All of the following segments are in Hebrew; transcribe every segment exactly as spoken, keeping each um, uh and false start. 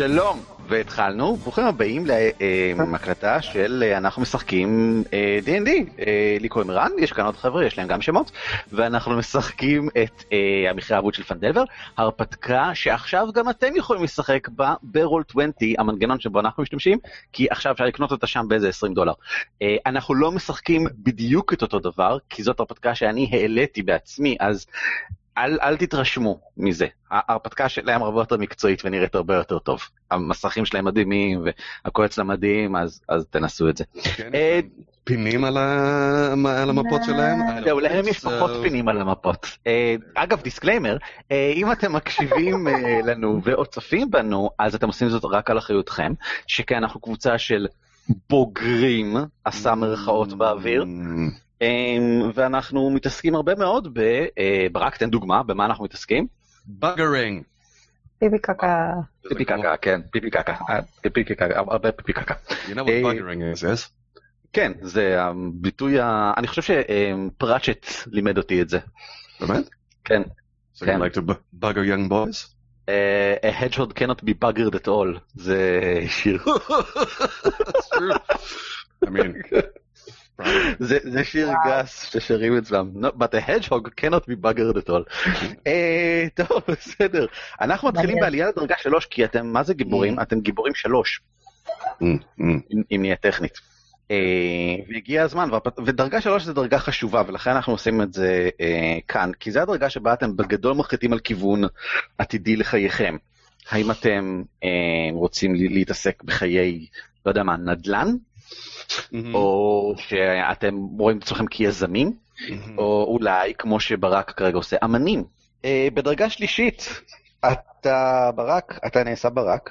שלום, והתחלנו. ברוכים הבאים להקלטה של אנחנו משחקים די אנד די. לי קוראים רן, יש כאן עוד חבר'ה, יש להם גם שמות, ואנחנו משחקים את המחיר האבוד של פנדלבר, הרפתקה שעכשיו גם אתם יכולים לשחק בה ברול עשרים, המנגנון שבו אנחנו משתמשים, כי עכשיו אפשר לקנות אותה שם באיזה עשרים דולר. אנחנו לא משחקים בדיוק את אותו דבר, כי זאת הרפתקה שאני העליתי בעצמי, אז אל, אל תתרשמו מזה. ההרפתקה שלהם הרבה יותר מקצועית ונראית הרבה יותר טוב. המסכים שלהם מדהימים והכל אצלם מדהים, אז, אז תנסו את זה. כן, פינים על, ה... על המפות שלהם? זהו, להם יש פחות פינים על המפות. אגב, דיסקליימר, אם אתם מקשיבים לנו או צופים בנו, אז אתם עושים זאת רק על אחריותכם, שכן אנחנו קבוצה של בוגרים, עשה מרכאות באוויר, ואנחנו מתעסקים הרבה מאוד ברק, תן דוגמה, במה אנחנו מתעסקים? בגרינג. פיפי קקה. פיפי קקה, כן, פיפי קקה. פיפי קקה, הרבה פיפי קקה. You know what buggering is, yes? כן, זה הביטוי, אני חושב שפראצ'ט לימד אותי את זה. באמת? כן. So you like to bugger young boys? A hedgehog cannot be buggered at all. זה שיר. That's true. I mean... זה, זה שיר גס ששרים אצלם. No, but a hedgehog cannot be buggered at all. טוב, בסדר. אנחנו מתחילים בעלייה לדרגה שלוש, כי אתם, מה זה גיבורים? אתם גיבורים שלוש. אם נהיה טכנית. והגיע הזמן, ודרגה שלוש זה דרגה חשובה, ולכן אנחנו עושים את זה כאן, כי זה הדרגה שבה אתם בגדול מחליטים על כיוון עתידי לחייכם. האם אתם רוצים להתעסק בחיי, לא יודע מה, נדל"ן? או שאתם רואים את עצמכם כיזמים, או אולי, כמו שברק כרגע עושה, אמנים. בדרגה שלישית, אתה ברק, אתה נעשה ברק.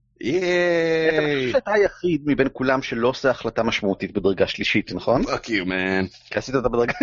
אתה חושב שאתה היחיד מבין כולם שלא עושה החלטה משמעותית בדרגה שלישית, נכון? Fuck you, man. כי עשית אותה בדרגה...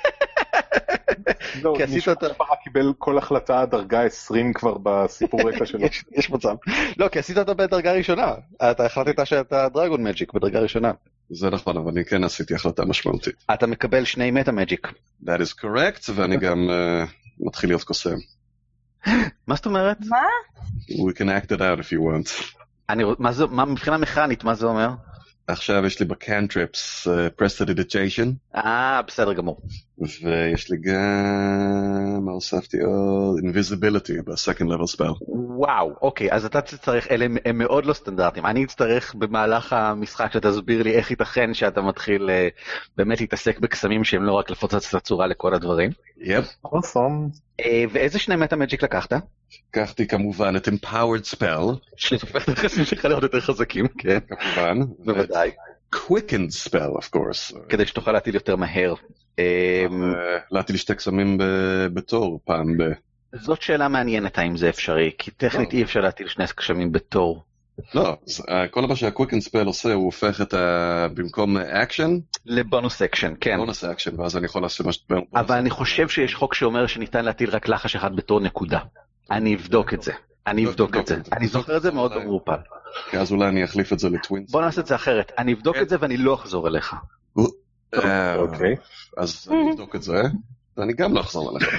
לא, מישהו ברק קיבל כל החלטה דרגה עשרים כבר בסיפור רקע שלו. יש מצב. לא, כי עשית אותה בדרגה ראשונה. אתה החלטת שאתה דרגון מג'יק בדרגה ראשונה. זה נכון, אבל אני כן עשיתי החלטה משמעותית. אתה מקבל שני מטה מג'יק. That is correct, ואני גם מתחיל להיות קוסם. מה זאת אומרת? מה? We can act it out if you want. מה מבחינה מכנית, מה זה אומר? עכשיו יש לי בקנטריפס prestidigitation. אה, בסדר גמור. ויש לי גם, מה הוספתי עוד? invisibility ב-second level spell. וואו, אוקיי, אז אתה תצטרך, אלה הם מאוד לא סטנדרטיים. אני אצטרך במהלך המשחק שתסביר לי איך ייתכן שאתה מתחיל באמת להתעסק בקסמים שהם לא רק לפוצץ את הצורה לכל הדברים. יפ. אוסום. ואיזה שני מטה מג'יק לקחת? לקחתי כמובן את empowered spell. שתופך את החסים שלך להיות יותר חזקים, כן. כמובן. בוודאי. quickened spell, of course. כדי שתוכל להטיל יותר מהר. להטיל שתי קסמים בתור פעם ב... זאת שאלה מעניינת האם זה אפשרי, כי טכנית אי אפשר להטיל שני קסמים בתור. לא, כל מה שה-quickened spell עושה הוא הופך את ה... במקום action? לבונוס אקשן, כן. בונוס אקשן, ואז אני יכול לעשות משהו... אבל אני חושב שיש חוק שאומר שניתן להטיל רק לחש אחד בתור נקודה. אני אבדוק את זה. אני אבדוק את זה. אני זוכר את זה מאוד במרופל. כי אז אולי אני אחליף את זה לטווינס. בוא נעשה את זה אחרת. אני אבדוק את זה ואני לא אחזור אליך. אוקיי. אז אני אבדוק את זה, ואני גם לא אחזור אליך.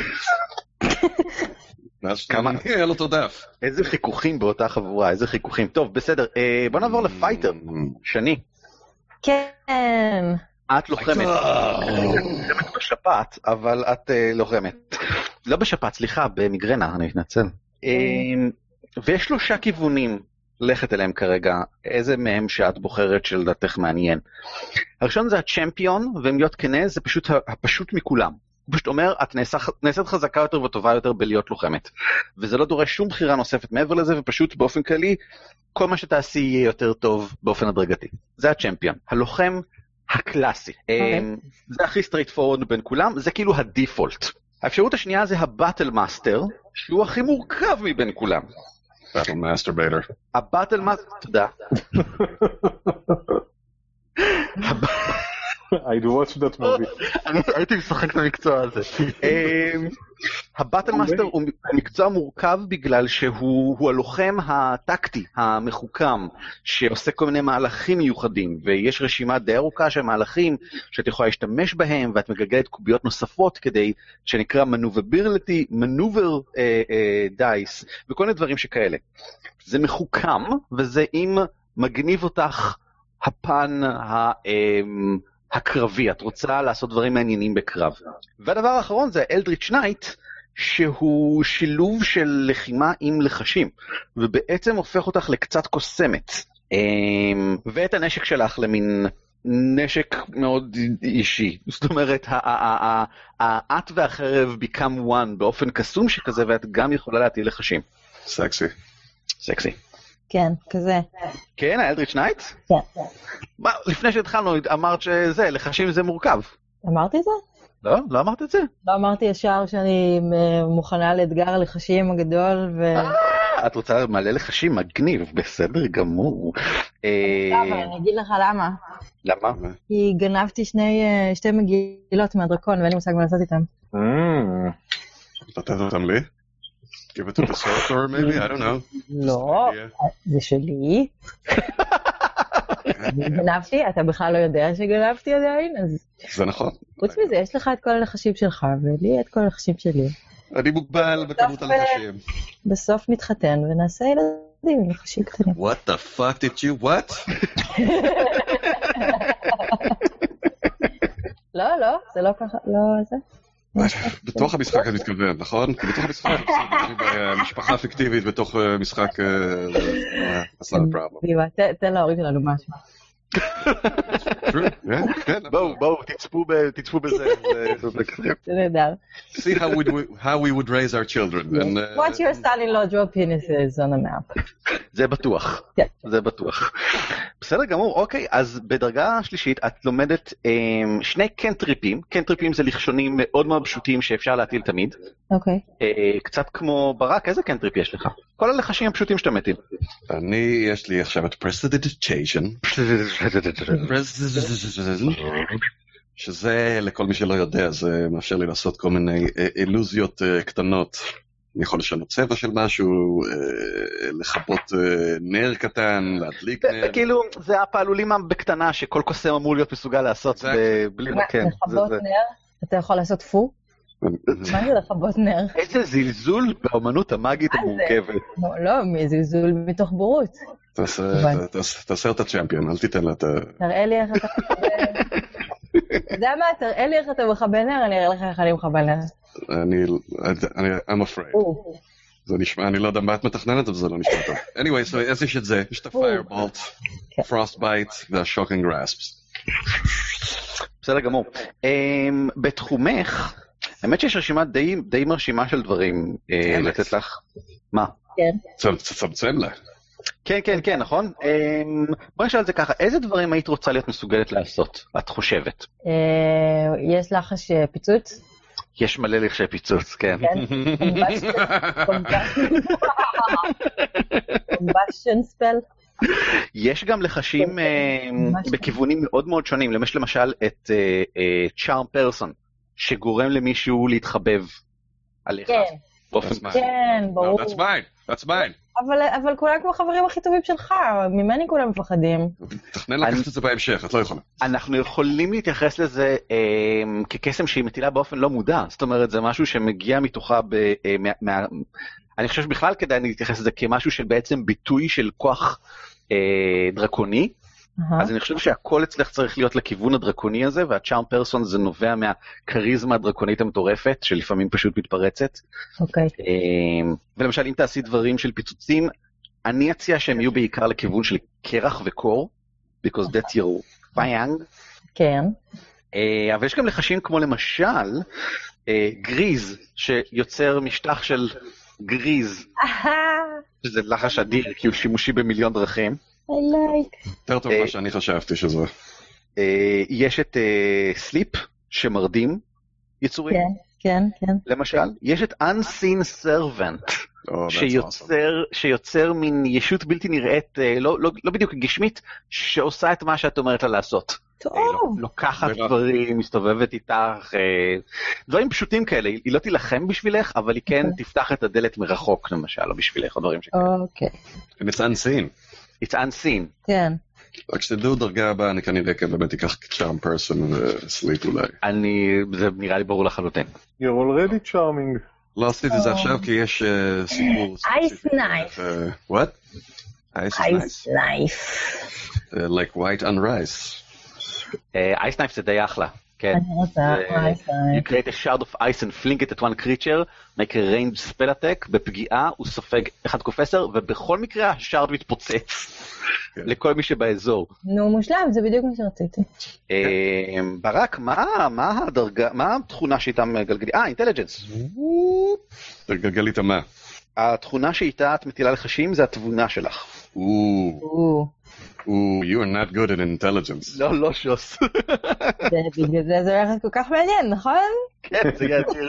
כמה? יהיה לו תודף. איזה חיכוכים באותה חבורה, איזה חיכוכים. טוב, בסדר. בוא נעבור לפייטר. שני. כן. את לוחמת. לוחמת בשפעת, אבל את לוחמת. לא בשפעת, סליחה, במיגרנה, אני אתנצל. ויש שלושה כיוונים לכת אליהם כרגע, איזה מהם שאת בוחרת שלדעתך מעניין. הראשון זה הצ'מפיון, ואם להיות כנה זה פשוט הפשוט מכולם. הוא פשוט אומר, את נעשית חזקה יותר וטובה יותר בלהיות לוחמת. וזה לא דורש שום בחירה נוספת מעבר לזה, ופשוט באופן כללי, כל מה שתעשי יהיה יותר טוב באופן הדרגתי. זה הצ'מפיון. הלוחם הקלאסי. זה הכי סטרייט פורוד בין כולם, זה כאילו הדיפולט. האפשרות השנייה זה הבטל מאסטר, שהוא הכי מורכב מבין כולם. Battle Masturbator. הבטל מאסטר, תודה. I'd watch that movie. אני הייתי משחק את המקצוע הזה. הבטל מאסטר הוא מקצוע מורכב בגלל שהוא הלוחם הטקטי, המחוכם, שעושה כל מיני מהלכים מיוחדים, ויש רשימה די ארוכה של מהלכים שאת יכולה להשתמש בהם, ואת מגלגלת קוביות נוספות כדי שנקרא maneuverability, maneuver dice, וכל מיני דברים שכאלה. זה מחוכם, וזה אם מגניב אותך הפן ה... הקרבי, את רוצה לעשות דברים מעניינים בקרב. והדבר האחרון זה אלדריץ' נייט, שהוא שילוב של לחימה עם לחשים, ובעצם הופך אותך לקצת קוסמת. ואת הנשק שלך למין נשק מאוד אישי. זאת אומרת, את והחרב become one באופן קסום שכזה, ואת גם יכולה להטיל לחשים. סקסי. סקסי. כן, כזה. כן, האלדריץ' נייט? כן. מה, לפני שהתחלנו אמרת שזה, לחשים זה מורכב. אמרתי את זה? לא, לא אמרת את זה. לא אמרתי ישר שאני מוכנה לאתגר הלחשים הגדול ו... את רוצה מלא לחשים, מגניב, בסדר גמור. אבל אני אגיד לך למה. למה? כי גנבתי שתי מגילות מהדרקון ואין לי מושג מה לעשות איתם. נתת אותם לי? Give it to the sorcerer maybe? I don't know. לא, זה שלי. גנבתי, אתה בכלל לא יודע שגנבתי עדיין, אז... זה נכון. חוץ מזה, יש לך את כל הלחשים שלך, ולי את כל הלחשים שלי. אני מוגבל בכמות הלחשים. בסוף נתחתן ונעשה ילדים עם לחשים קטנים. What the fuck did you, what? לא, לא, זה לא ככה, לא זה. בתוך המשחק אני מתכוון, נכון? כי בתוך המשחק משפחה פיקטיבית בתוך משחק that's not a problem. תן להוריד לנו משהו. בואו, בואו, תצפו בזה. זה נהדר. See how we would raise our children. Watch your son-in-law draw penises on a map. זה בטוח, זה בטוח. בסדר גמור, אוקיי, אז בדרגה שלישית את לומדת שני קנטריפים, קנטריפים זה לחשונים מאוד מאוד פשוטים שאפשר להטיל תמיד. אוקיי. קצת כמו ברק, איזה קנטריפ יש לך? כל הלחשים הפשוטים שאתה מטיל. אני, יש לי עכשיו את prestidigitation. שזה, לכל מי שלא יודע, זה מאפשר לי לעשות כל מיני אילוזיות קטנות. אני יכול לשנות צבע של משהו, לחפות נר קטן, להדליק נר. כאילו, זה הפעלולים בקטנה שכל קוסם אמור להיות מסוגל לעשות בלי מקן. לחפות נר? אתה יכול לעשות פו? מה זה לחפות נר? איזה זלזול באמנות המאגית המורכבת. לא, זלזול מתוך בורות. תעשה אותה צ'מפיון, אל תיתן לה את ה... תראה לי איך אתה מכבה... אתה יודע מה? תראה לי איך אתה מכבה נר, אני אראה לך איך אני מכבה נר. אני... I'm afraid. זה נשמע, אני לא יודע מה את מתכננת, אבל זה לא נשמע טוב. anyway, so אז יש את זה, יש את ה-Firebolt, Frostbite וה-Shocking Grasps. בסדר גמור. בתחומך, האמת שיש רשימה די מרשימה של דברים לתת לך. מה? כן. תצמצם לה. כן, כן, כן, נכון? בואי נשאל את זה ככה, איזה דברים היית רוצה להיות מסוגלת לעשות, את חושבת? יש לחש פיצוץ? יש מלא לחשי פיצוץ, כן. קומבשן ספל? יש גם לחשים בכיוונים מאוד מאוד שונים, למשל את צ'ארם פרסון, שגורם למישהו להתחבב עליך. כן, ברור. That's mine, that's mine. אבל כולם כמו חברים הכי טובים שלך, ממני כולם מפחדים. תכנן לקחת את זה בהמשך, את לא יכולה. אנחנו יכולים להתייחס לזה כקסם שהיא מטילה באופן לא מודע, זאת אומרת, זה משהו שמגיע מתוכה, אני חושב שבכלל כדאי להתייחס לזה כמשהו של בעצם ביטוי של כוח דרקוני, אז אני חושב שהכל אצלך צריך להיות לכיוון הדרקוני הזה, והצ'ארם פרסון זה נובע מהקריזמה הדרקונית המטורפת, שלפעמים פשוט מתפרצת. אוקיי. ולמשל, אם תעשי דברים של פיצוצים, אני אציע שהם יהיו בעיקר לכיוון של קרח וקור, because that's your fang. כן. אבל יש גם לחשים כמו למשל, גריז, שיוצר משטח של גריז, שזה לחש אדיר, כי הוא שימושי במיליון דרכים. I like. יותר טוב מה שאני חשבתי שזה. יש את סליפ שמרדים יצורים. כן, כן, כן. למשל, יש את Unseen Servant, שיוצר מין ישות בלתי נראית, לא בדיוק גשמית, שעושה את מה שאת אומרת לה לעשות. טוב. לוקחת דברים, מסתובבת איתך, דברים פשוטים כאלה, היא לא תילחם בשבילך, אבל היא כן תפתח את הדלת מרחוק, למשל, או בשבילך, או דברים שכאלה. אוקיי. And it's unseen. It's unseen. כן. רק שתדעו דרגה הבאה, אני כנראה כן באמת אקח צ'ארם פרסון וסליפ אולי. אני, זה נראה לי ברור לחלוטין. You're already charming. לא עשיתי את זה עכשיו כי יש סיפור. Ice knife. What? Ice Ice knife. Like white on rice. Ice knife זה די אחלה. כן. אני רוצה Ice You knife. create a shard of ice and fling it at one creature, make a range spell attack, בפגיעה הוא סופג אחד קוף עשר, ובכל מקרה השארד מתפוצץ לכל מי שבאזור. נו, מושלם, זה בדיוק מה שרציתי. ברק, מה הדרגה, מה התכונה שאיתה מגלגלי? אה, אינטליג'נס. גלגלי את מה? התכונה שאיתה את מטילה לחשים זה התבונה שלך. Ooh. Ooh, you are not good at intelligence. לא, לא שוס. בגלל זה זה הולך כל כך מעניין, נכון? כן, זה יעציר.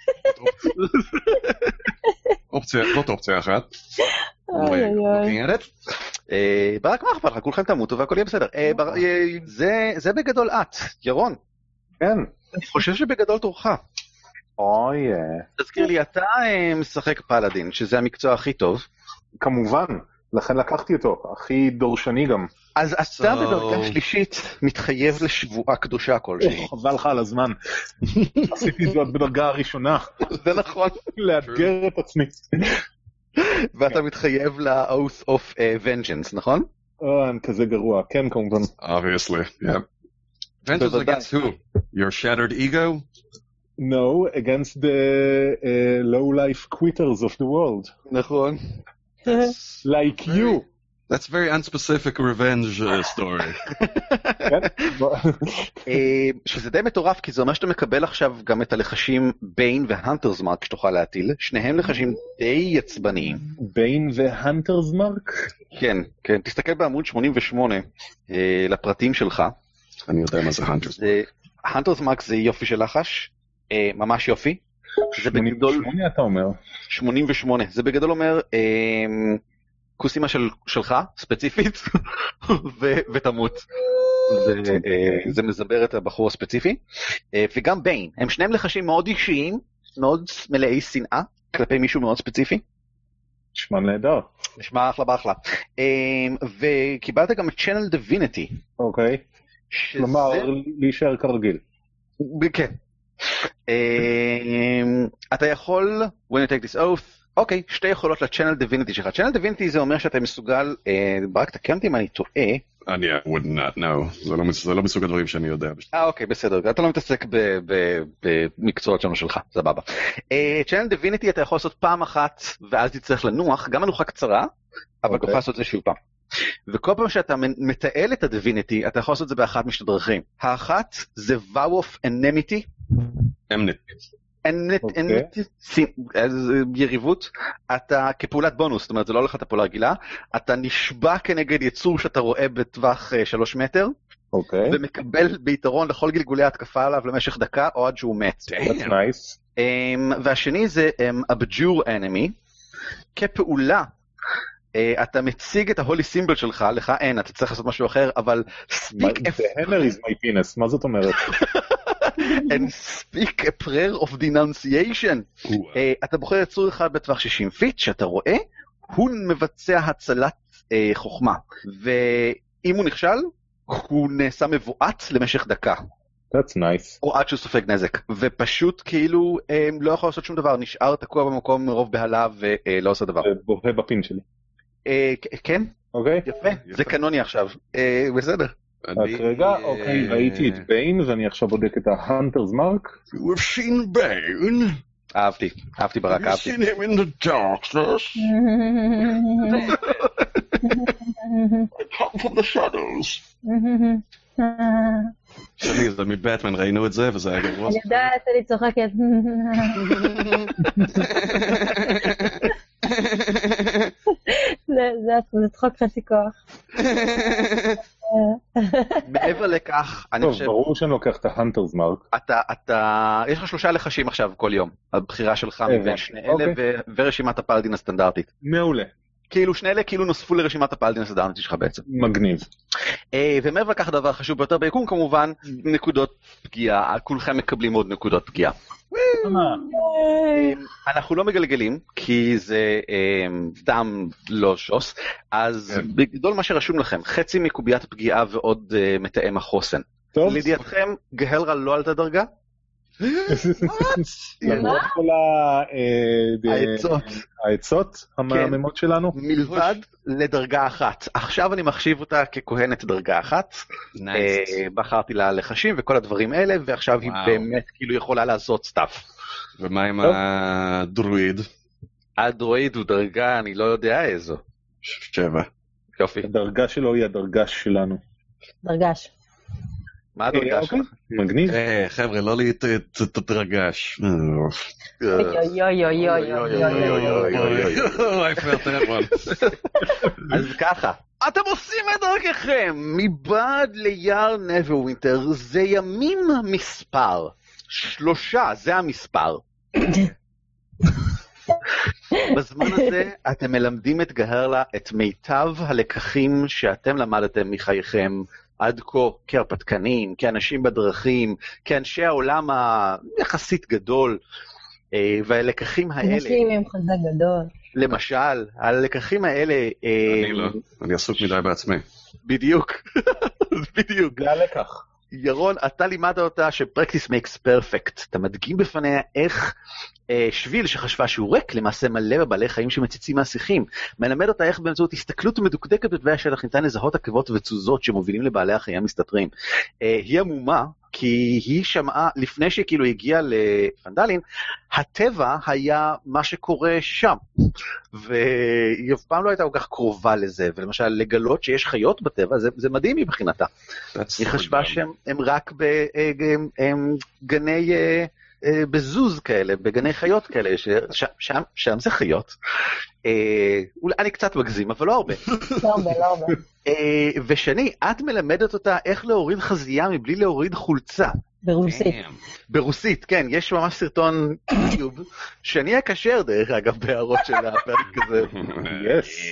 אופציה, זאת אופציה אחת. אוי אוי. ברק, מה אכפת לך? כולכם תמותו והכל יהיה בסדר. זה בגדול את, ירון. כן. אני חושב שבגדול תורך. אוי. תזכיר לי, אתה משחק פלאדין, שזה המקצוע הכי טוב. כמובן. לכן לקחתי אותו, הכי דורשני גם. אז אתה בדרגה שלישית מתחייב לשבועה קדושה כלשהי. חבל לך על הזמן. עשיתי זאת בדרגה הראשונה. זה נכון. לאתגר את עצמי. ואתה מתחייב ל-Oath of Vengeance, נכון? אני כזה גרוע, כן כמובן. Obviously, yeah. Vengeance against who? Your shattered ego? No, against the low-life quitters of the world. נכון. Like you. That's very unspecific revenge uh, story. שזה די מטורף, כי זה אומר שאתה מקבל עכשיו גם את הלחשים ביין והנטרס מרק שתוכל להטיל. שניהם לחשים די עצבניים. ביין והנטרס מרק? כן, כן. תסתכל בעמוד שמונים ושמונה לפרטים שלך. אני יודע מה זה הנטרס מרק. הנטרס מרק זה יופי של לחש, ממש יופי. שמונים ושמונה אתה אומר? שמונים ושמונה. זה בגדול אומר... כוסימה של, שלך, ספציפית, ו, ותמות. זה, זה מזבר את הבחור הספציפי. וגם ביין, הם שניהם לחשים מאוד אישיים, מאוד מלאי שנאה, כלפי מישהו מאוד ספציפי. נשמע נהדר. נשמע אחלה באחלה. וקיבלת גם את Channel Divinity. אוקיי. כלומר, להישאר כרגיל. כן. אתה יכול, when you take this oath, אוקיי, שתי יכולות ל-Channel Divinity שלך. Channel Divinity זה אומר שאתה מסוגל, ברק תקן אותי אם אני טועה. אני would not know, זה לא מסוג הדברים שאני יודע. אה, אוקיי, בסדר, אתה לא מתעסק במקצועות שלנו שלך, סבבה. Channel Divinity אתה יכול לעשות פעם אחת, ואז תצטרך לנוח, גם מנוחה קצרה, אבל תוכל לעשות את זה שוב פעם. וכל פעם שאתה מתעל את ה-Divinity, אתה יכול לעשות את זה באחת משתי דרכים. האחת זה Vow of Enmity. Enmity. יריבות, אתה כפעולת בונוס, זאת אומרת זה לא הולך את הפעולה רגילה, אתה נשבע כנגד יצור שאתה רואה בטווח שלוש מטר, ומקבל ביתרון לכל גלגולי ההתקפה עליו למשך דקה או עד שהוא מת. והשני זה Abjure Enemy, כפעולה אתה מציג את ההולי סימבל שלך, לך אין, אתה צריך לעשות משהו אחר, אבל speak a... The hammer is my penis, מה זאת אומרת? and speak a prayer of denunciation. אתה בוחר יצור אחד בטווח שישים פיט, שאתה רואה, הוא מבצע הצלת חוכמה, ואם הוא נכשל, הוא נעשה מבועת למשך דקה. That's nice. או עד שהוא סופג נזק, ופשוט כאילו לא יכול לעשות שום דבר, נשאר תקוע במקום מרוב בהלה ולא עושה דבר. בוהה בפין שלי. כן, יפה, זה קנוני עכשיו, בסדר. רק רגע, אוקיי, ראיתי את ביין ואני עכשיו בודק את ההנטרס מרק. You've seen Bane. אהבתי, אהבתי ברק, אהבתי. You've seen him in the darkness. Come from the shadows. שלי, זה מבטמן, ראינו את זה וזה היה גרוע. אני יודעת, אני צוחקת. זה צחוק חצי כוח. מעבר לכך, אני חושב... טוב, ברור שאני לוקח את ההנטרס מרק. אתה, אתה, יש לך שלושה לחשים עכשיו כל יום, הבחירה שלך מבין שני אלה ורשימת הפלדין הסטנדרטית. מעולה. כאילו שני אלה כאילו נוספו לרשימת הפלדינס הדאונטי שלך בעצם. מגניב. ומעבר לכך דבר חשוב ביותר ביקום כמובן, נקודות פגיעה, כולכם מקבלים עוד נקודות פגיעה. אנחנו לא מגלגלים, כי זה סתם לא שוס, אז בגדול מה שרשום לכם, חצי מקוביית פגיעה ועוד מתאם החוסן. לידיעתכם, גהלרה לא עלתה דרגה? למרות כל העצות המהממות שלנו? מלבד לדרגה אחת. עכשיו אני מחשיב אותה ככהנת דרגה אחת. בחרתי לה לחשים וכל הדברים האלה, ועכשיו היא באמת כאילו יכולה לעשות סטאפ. ומה עם הדרואיד? הדרואיד הוא דרגה, אני לא יודע איזו. שבע. יופי. הדרגה שלו היא הדרגה שלנו. דרגש. מה הדרגה שלך? מגניב. חבר'ה, לא להתרגש. יוי יוי יוי יוי יוי יוי. אז ככה, אתם עושים את דרככם מבעד ליער נברווינטר, זה ימים מספר. שלושה, זה המספר. בזמן הזה אתם מלמדים את גהרלה את מיטב הלקחים שאתם למדתם מחייכם עד כה כהרפתקנים, כאנשים בדרכים, כאנשי העולם היחסית גדול, והלקחים האלה... אנשים עם חזה גדול. למשל, הלקחים האלה... אני לא, אני עסוק מדי בעצמי. בדיוק, בדיוק. זה הלקח. ירון, אתה לימדת אותה ש-practice makes perfect. אתה מדגים בפניה איך אה, שביל שחשבה שהוא ריק, למעשה מלא בבעלי חיים שמציצים מהשיחים. מלמד אותה איך באמצעות הסתכלות מדוקדקת בתוואי השטח ניתן לזהות עקבות ותזוזות שמובילים לבעלי החיים המסתתרים. אה, היא עמומה, כי היא שמעה, לפני שכאילו הגיעה לפנדלין, הטבע היה מה שקורה שם. והיא אף פעם לא הייתה כל כך קרובה לזה, ולמשל לגלות שיש חיות בטבע, זה, זה מדהים מבחינתה. היא חשבה שהם רק בגני... בזוז כאלה, בגני חיות כאלה, שם, שם זה חיות. אולי אני קצת מגזים, אבל לא הרבה. לא הרבה, לא הרבה. ושני, את מלמדת אותה איך להוריד חזייה מבלי להוריד חולצה. ברוסית. ברוסית, כן, יש ממש סרטון יוטיוב, שאני אקשר דרך אגב בהערות של הפרק הזה. יש.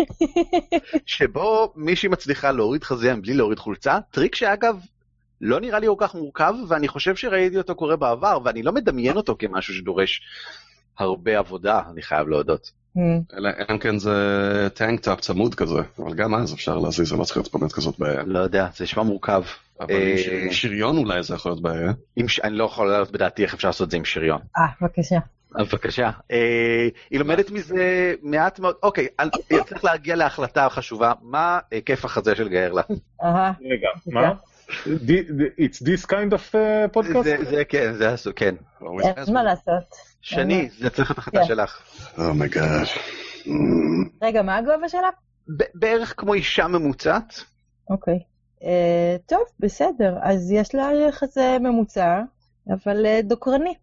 שבו מישהי מצליחה להוריד חזייה מבלי להוריד חולצה, טריק שאגב, לא נראה לי כל כך מורכב, ואני חושב שראיתי אותו קורה בעבר, ואני לא מדמיין אותו כמשהו שדורש הרבה עבודה, אני חייב להודות. אלא אם כן זה טנק-טאפ צמוד כזה, אבל גם אז אפשר להזיז, זה לא צריך להיות באמת כזאת בעיה. לא יודע, זה נשמע מורכב. אבל עם שריון אולי זה יכול להיות בעיה. אני לא יכול לדעת בדעתי איך אפשר לעשות את זה עם שריון. אה, בבקשה. בבקשה. היא לומדת מזה מעט מאוד, אוקיי, צריך להגיע להחלטה חשובה, מה היקף החזה של גהרלה? רגע, מה? It's this kind of podcast? זה כן, זה עשו, כן. אין מה לעשות. שני, זה צריך את החלטה שלך. אומייגאד. רגע, מה הגובה שלה? בערך כמו אישה ממוצעת. אוקיי. טוב, בסדר. אז יש לה חזה ממוצע, אבל דוקרני.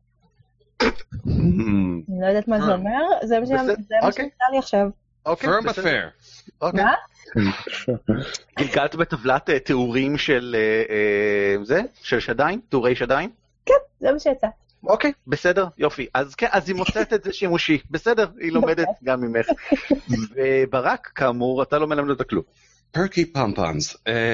אני לא יודעת מה זה אומר, זה מה שנמצא לי עכשיו. firm but fair. מה? גלגלת בטבלת תיאורים של זה? של שדיים? תיאורי שדיים? כן, זה מה שיצא. אוקיי, בסדר, יופי. אז כן, אז היא מוצאת את זה שימושי. בסדר, היא לומדת גם ממך. וברק, כאמור, אתה לא מלמד אותה כלום. פרקי פמפאנס.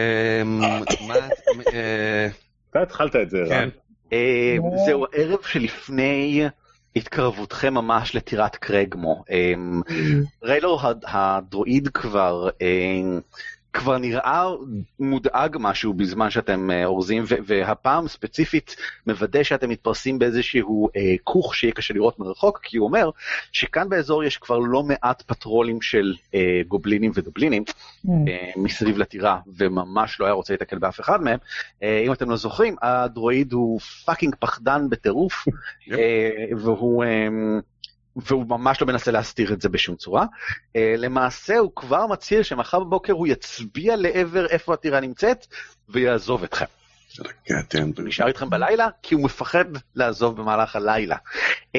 אתה התחלת את זה, רן. זהו הערב שלפני התקרבותכם ממש לטירת קרגמו. ריילור הדרואיד כבר כבר נראה מודאג משהו בזמן שאתם אורזים, והפעם ספציפית מוודא שאתם מתפרסים באיזשהו כוך שיהיה קשה לראות מרחוק, כי הוא אומר שכאן באזור יש כבר לא מעט פטרולים של גובלינים ודובלינים מסביב לטירה, וממש לא היה רוצה להתקל באף אחד מהם. אם אתם לא זוכרים, הדרואיד הוא פאקינג פחדן בטירוף, והוא... והוא ממש לא מנסה להסתיר את זה בשום צורה. Uh, למעשה הוא כבר מצהיר שמחר בבוקר הוא יצביע לעבר איפה הטירה נמצאת, ויעזוב אתכם. הוא נשאר איתכם בלילה, כי הוא מפחד לעזוב במהלך הלילה. Um,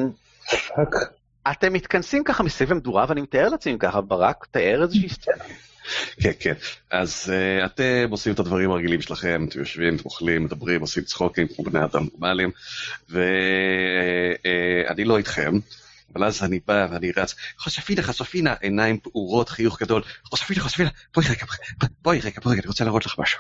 אתם מתכנסים ככה מסביב המדורה, ואני מתאר לעצמי ככה, ברק, תאר איזושהי סצנה. כן, כן. אז uh, אתם עושים את הדברים הרגילים שלכם, אתם יושבים, אתם אוכלים, מדברים, עושים צחוקים, כמו בני אדם נורמליים, ואני uh, לא איתכם, אבל אז אני בא ואני רץ, חוספינה, חוספינה, עיניים פעורות, חיוך גדול, חוספינה, חוספינה, בואי רגע, בואי רגע, בואי רגע, אני רוצה להראות לך משהו.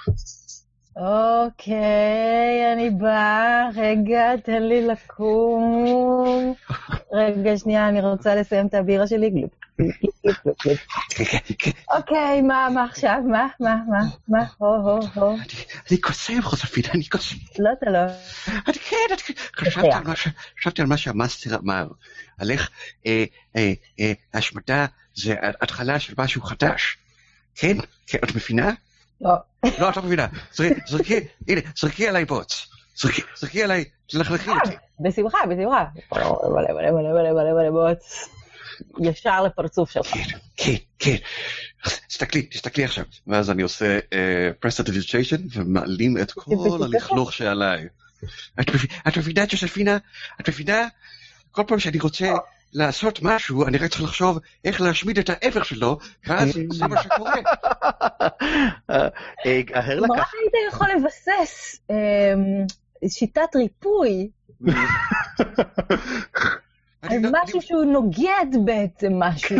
אוקיי, אני באה, רגע, תן לי לקום. רגע, שנייה, אני רוצה לסיים את הבירה שלי, גלופ. אוקיי, מה, מה עכשיו? מה, מה, מה, מה, הו, הו, הו. אני קוסם, חוספינה, אני קוסם. לא, אתה לא. אני כן, חשבתי על מה שהמאסטר אמר, על איך השמדה זה התחלה של משהו חדש. כן? את מבינה? לא. לא, את לא מבינה. זרקי, הנה, זרקי עליי בוץ. זרקי עליי, תלכלכי אותי. בשמחה, בשמחה. מלא, מלא, מלא, מלא, מלא, מלא בוץ. ישר לפרצוף שלך. כן, כן, כן. תסתכלי, תסתכלי עכשיו. ואז אני עושה prestidigitation ומעלים את כל הלכלוך שעליי. את מבינה, ג'וספינה? את מבינה? כל פעם שאני רוצה לעשות משהו, אני רק צריך לחשוב איך להשמיד את ההפך שלו, ואז זה מה שקורה. מה היית יכול לבסס שיטת ריפוי על משהו שהוא נוגד בעצם משהו?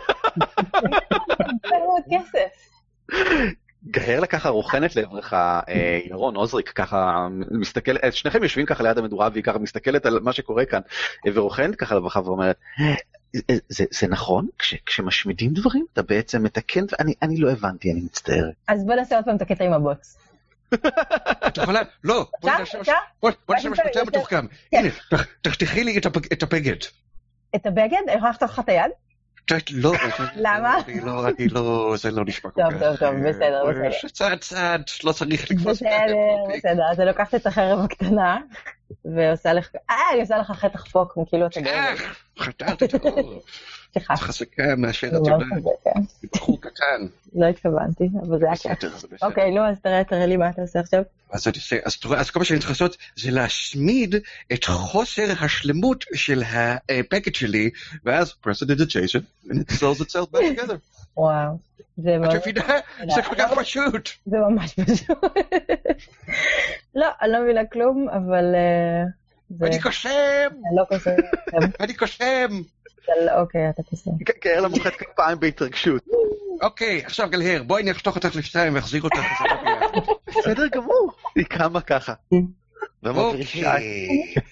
זה מאוד כסף. גהרלה ככה רוחנת לעברך, ירון, עוזריק, ככה מסתכל, שניכם יושבים ככה ליד המדורה, והיא ככה מסתכלת על מה שקורה כאן, ורוחנת ככה לעברך ואומרת, זה נכון? כשמשמידים דברים, אתה בעצם מתקן, אני לא הבנתי, אני מצטערת. אז בוא נעשה עוד פעם את הקטע עם הבוץ. את יכולה? לא, בוא נעשה משהו יותר מתוחכם. הנה, תחתכי לי את הבגד. את הבגד? איך הולכת לך את היד? לא, למה? לא, אני לא, זה לא נשמע כל כך. טוב, טוב, טוב, בסדר, בסדר. צעד, צעד, לא צריך לקפוץ. בסדר, בסדר, אז אני לוקחת את החרב הקטנה, ועושה לך, אה, היא עושה לך חתך פה, כמו כאילו אתה גבר. חתרת את הכל. סליחה. חזקה מאשר את יודעת. היא בחור קטן. לא התכוונתי, אבל זה היה כיף. אוקיי, נו, אז תראה, תראה לי מה אתה עושה עכשיו. אז כל מה שאני צריך לעשות זה להשמיד את חוסר השלמות של הפקט שלי, ואז prestidigitation, and it sells itself back together. וואו. זה כל כך פשוט. זה ממש פשוט. לא, אני לא מבינה כלום, אבל... אני קוסם! אני לא קוסם. אני קוסם! אוקיי, אתה קוסם. גהרלה מוחאת כפיים בהתרגשות. אוקיי, עכשיו גלהר, בואי אני אחתוך אותך לשתיים ואחזיר אותך. בסדר גמור. היא קמה ככה. אוקיי.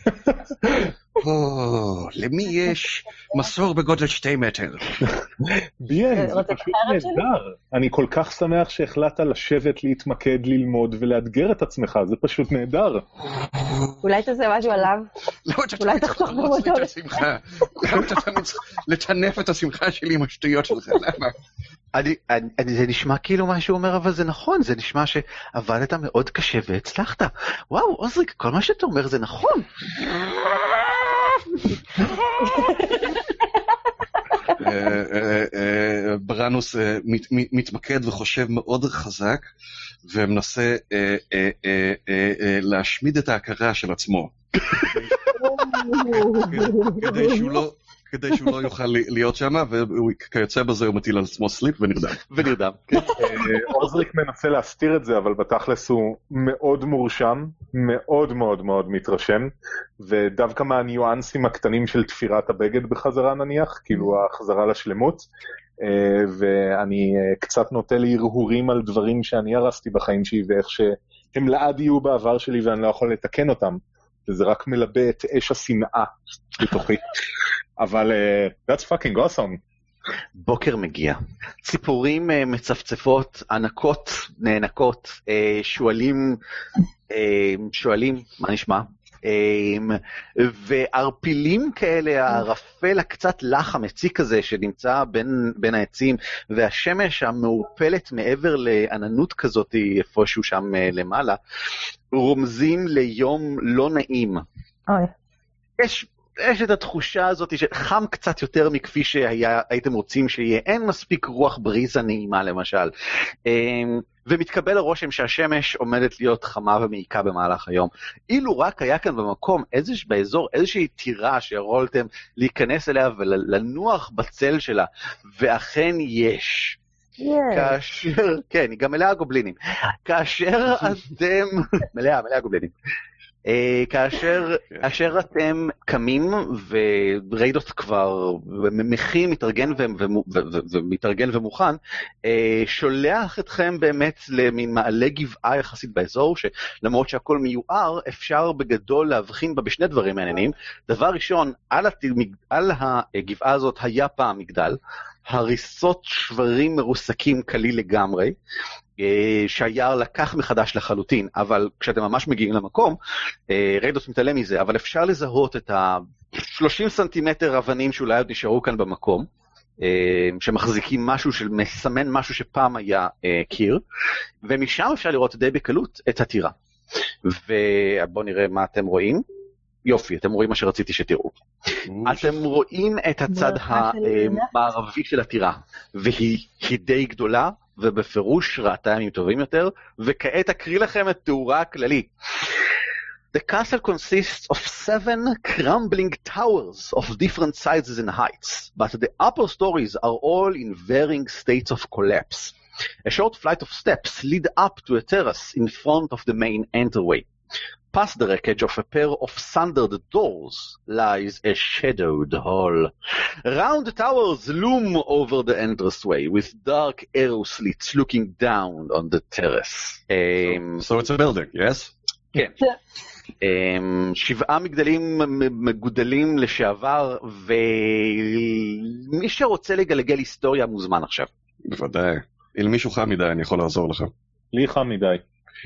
למי יש מסור בגודל שתי מטר? ביאן, זה פשוט נהדר. אני כל כך שמח שהחלטת לשבת, להתמקד, ללמוד ולאתגר את עצמך, זה פשוט נהדר. אולי תעשה משהו עליו? אולי תחתוך במותו. למה אתה תמיד לטנף את השמחה שלי עם השטויות שלך? למה? זה נשמע כאילו מה שהוא אומר, אבל זה נכון, זה נשמע שעבדת מאוד קשה והצלחת. וואו, עוזריק, כל מה שאתה אומר זה נכון. ברנוס מתמקד וחושב מאוד חזק, ומנסה להשמיד את ההכרה של עצמו. כדי שהוא לא... כדי שהוא לא יוכל להיות שם, וכיוצא בזה הוא מטיל על עצמו סליפ ונרדם. ונרדם. עוזריק מנסה להסתיר את זה, אבל בתכלס הוא מאוד מורשם, מאוד מאוד מאוד מתרשם, ודווקא מהניואנסים הקטנים של תפירת הבגד בחזרה נניח, כאילו החזרה לשלמות, ואני קצת נוטה להרהורים על דברים שאני הרסתי בחיים שלי, ואיך שהם לעד יהיו בעבר שלי ואני לא יכול לתקן אותם. וזה רק מלבה את אש השנאה בתוכי. אבל uh, that's fucking awesome. בוקר מגיע. ציפורים uh, מצפצפות, ענקות, נאנקות, uh, שואלים, uh, שואלים, מה נשמע? וערפילים כאלה, הערפל הקצת לח המציק הזה שנמצא בין, בין העצים, והשמש המעורפלת מעבר לעננות כזאת איפשהו שם למעלה, רומזים ליום לא נעים. אוי. יש, יש את התחושה הזאת שחם קצת יותר מכפי שהייתם רוצים שיהיה, אין מספיק רוח בריזה נעימה למשל. ומתקבל הרושם שהשמש עומדת להיות חמה ומעיקה במהלך היום. אילו רק היה כאן במקום, איזוש, באזור, איזושהי טירה שיכולתם להיכנס אליה ולנוח בצל שלה, ואכן יש. Yeah. כאשר, כן, היא גם מלאה גובלינים. כאשר אתם, מלאה, מלאה גובלינים. כאשר כאשר אתם קמים וריידות כבר מכין, מתארגן ומתארגן ומוכן, שולח אתכם באמת למין מעלה גבעה יחסית באזור, שלמרות שהכל מיוער, אפשר בגדול להבחין בה בשני דברים מעניינים. דבר ראשון, על הגבעה הזאת היה פעם מגדל, הריסות שברים מרוסקים כליל לגמרי, שהיער לקח מחדש לחלוטין, אבל כשאתם ממש מגיעים למקום, ריידוס מתעלם מזה, אבל אפשר לזהות את ה-שלושים סנטימטר אבנים שאולי עוד נשארו כאן במקום, שמחזיקים משהו, שמסמן משהו שפעם היה קיר, ומשם אפשר לראות די בקלות את הטירה. ובואו נראה מה אתם רואים. יופי, אתם רואים מה שרציתי שתראו. אתם רואים את הצד המערבי של הטירה, והיא די גדולה, ובפירוש ראתה ימים טובים יותר, וכעת אקריא לכם את תיאורה הכללי. The castle consists of seven crumbling towers of different sizes and heights, but the upper stories are all in varying states of collapse. A short flight of steps lead up to a terrace in front of the main entryway. Past the wreckage of a pair of sundered doors lies a shadowed hall. Round the towers loom over the entranceway with dark arrow slits looking down on the terrace. Um, so, so it's a building, yes? כן. um, שבעה מגדלים מגודלים לשעבר, ומי שרוצה לגלגל היסטוריה מוזמן עכשיו. בוודאי. אם מישהו חם מדי, אני יכול לעזור לך. לי חם מדי.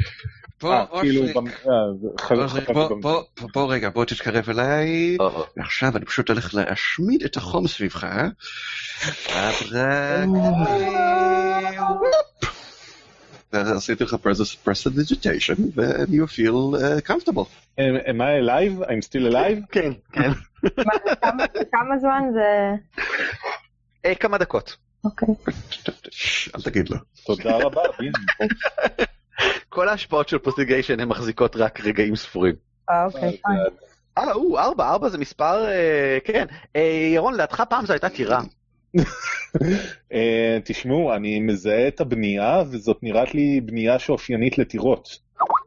בוא רגע, בוא תתקרב אליי, ועכשיו אני פשוט הולך להשמיד את החום סביבך. ועשיתי לך prestidigitation, and you feel comfortable. Am I alive? I'm still alive? כן, כן. כמה זמן זה? כמה דקות. אוקיי. אל תגיד לו. תודה רבה. כל ההשפעות של פרסטיגיישן הן מחזיקות רק רגעים ספורים. אה, אוקיי. אה, הוא, ארבע, ארבע זה מספר, כן. ירון, לידך פעם זו הייתה טירה. תשמעו, אני מזהה את הבנייה, וזאת נראית לי בנייה שאופיינית לטירות.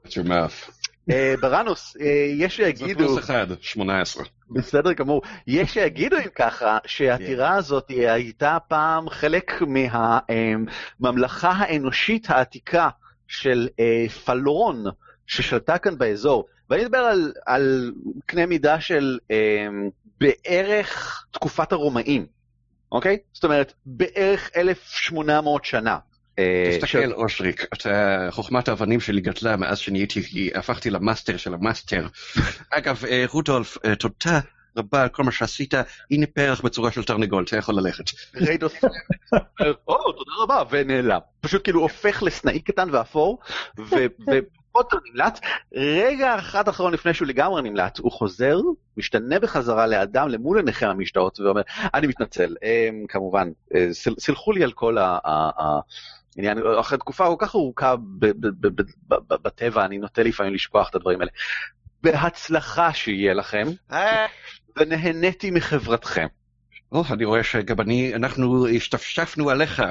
ברנוס, יש שיגידו... זה פלוס אחד, שמונה עשרה. בסדר גמור. יש שיגידו אם ככה, שהטירה הזאת הייתה פעם חלק מהממלכה האנושית העתיקה, של אה, פלורון ששלטה כאן באזור, ואני מדבר על, על קנה מידה של אה, בערך תקופת הרומאים, אוקיי? זאת אומרת, בערך אלף ושמונה מאות שנה. תסתכל אושריק, אתה חוכמת האבנים שלי גדלה מאז שנהייתי, הפכתי למאסטר של המאסטר. אגב, רודולף, תודה רבה על כל מה שעשית, הנה פרח בצורה של תרנגול, אתה יכול ללכת. ריידוס, או, תודה רבה, ונעלם. פשוט כאילו הופך לסנאי קטן ואפור, ופוטר נמלט, רגע אחד אחרון לפני שהוא לגמרי נמלט, הוא חוזר, משתנה בחזרה לאדם למול עיניכם המשתאות, ואומר, אני מתנצל, כמובן, סלחו לי על כל ה... אחרי תקופה כל כך ארוכה בטבע, אני נוטה לפעמים לשכוח את הדברים האלה. בהצלחה שיהיה לכם, ונהניתי מחברתכם. או, אני רואה שגם אני, אנחנו השתפשפנו עליך.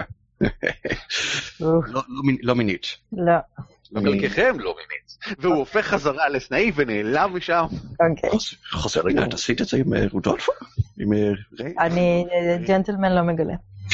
לא מינית. לא. חלקכם לא מינית. והוא הופך חזרה לסנאי ונעלם משם. אוקיי. חוזר רגע, את עשית את זה עם רודולפו? אני ג'נטלמן לא מגלה.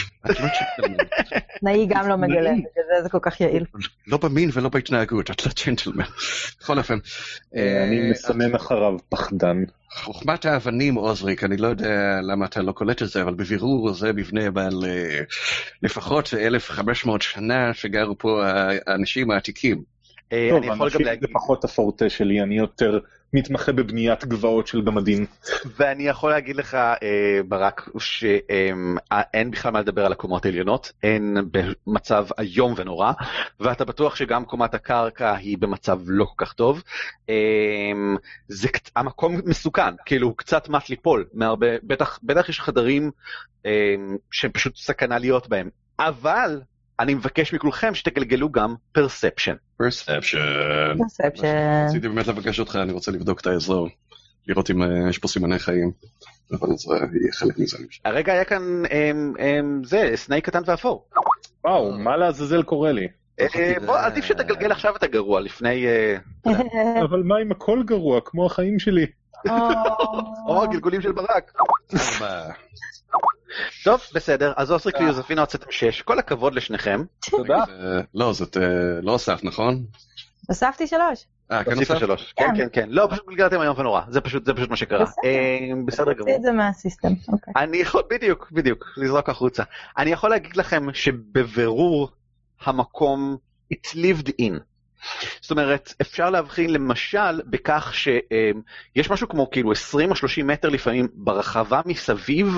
נאי גם לא מגלה, זה כל כך יעיל. לא במין ולא בהתנהגות, את לא ג'נטלמן. בכל אופן. אני מסמן אחריו פחדן. חוכמת האבנים, עוזריק, אני לא יודע למה אתה לא קולט את זה, אבל בבירור זה מבנה בעל לפחות אלף וחמש מאות שנה שגרו פה האנשים העתיקים. טוב, אנשים זה פחות הפורטה שלי, אני יותר מתמחה בבניית גבעות של גמדים. ואני יכול להגיד לך, ברק, שאין בכלל מה לדבר על הקומות העליונות, אין במצב איום ונורא, ואתה בטוח שגם קומת הקרקע היא במצב לא כל כך טוב. זה, המקום מסוכן, כאילו הוא קצת מט ליפול, מהרבה, בטח, בטח יש חדרים שפשוט סכנה להיות בהם, אבל אני מבקש מכולכם שתגלגלו גם פרספשן. פרספשן. פרספשן. רציתי באמת לבקש אותך, אני רוצה לבדוק את האזור, לראות אם יש פה סימני חיים. אבל זה יהיה חלק מזה. הרגע היה כאן, זה, סנאי קטן ואפור. וואו, מה לעזאזל קורה לי? בוא, עדיף שתגלגל עכשיו את הגרוע לפני... אבל מה אם הכל גרוע, כמו החיים שלי? או הגלגולים של ברק. טוב, בסדר, אז אוסריק ויוזפינה הוצאתם שש, כל הכבוד לשניכם. תודה. לא, זאת לא הוסף, נכון? הוספתי שלוש. אה, כן הוסיפו הוסף? שלוש, כן, כן, כן. לא, פשוט גלגלתם היום ונורא, זה פשוט מה שקרה. בסדר גמור. תוציא את זה מהסיסטם, אוקיי. אני יכול, בדיוק, בדיוק, לזרוק החוצה. אני יכול להגיד לכם שבבירור המקום it's lived in. זאת אומרת, אפשר להבחין למשל בכך שיש משהו כמו כאילו עשרים או שלושים מטר לפעמים ברחבה מסביב,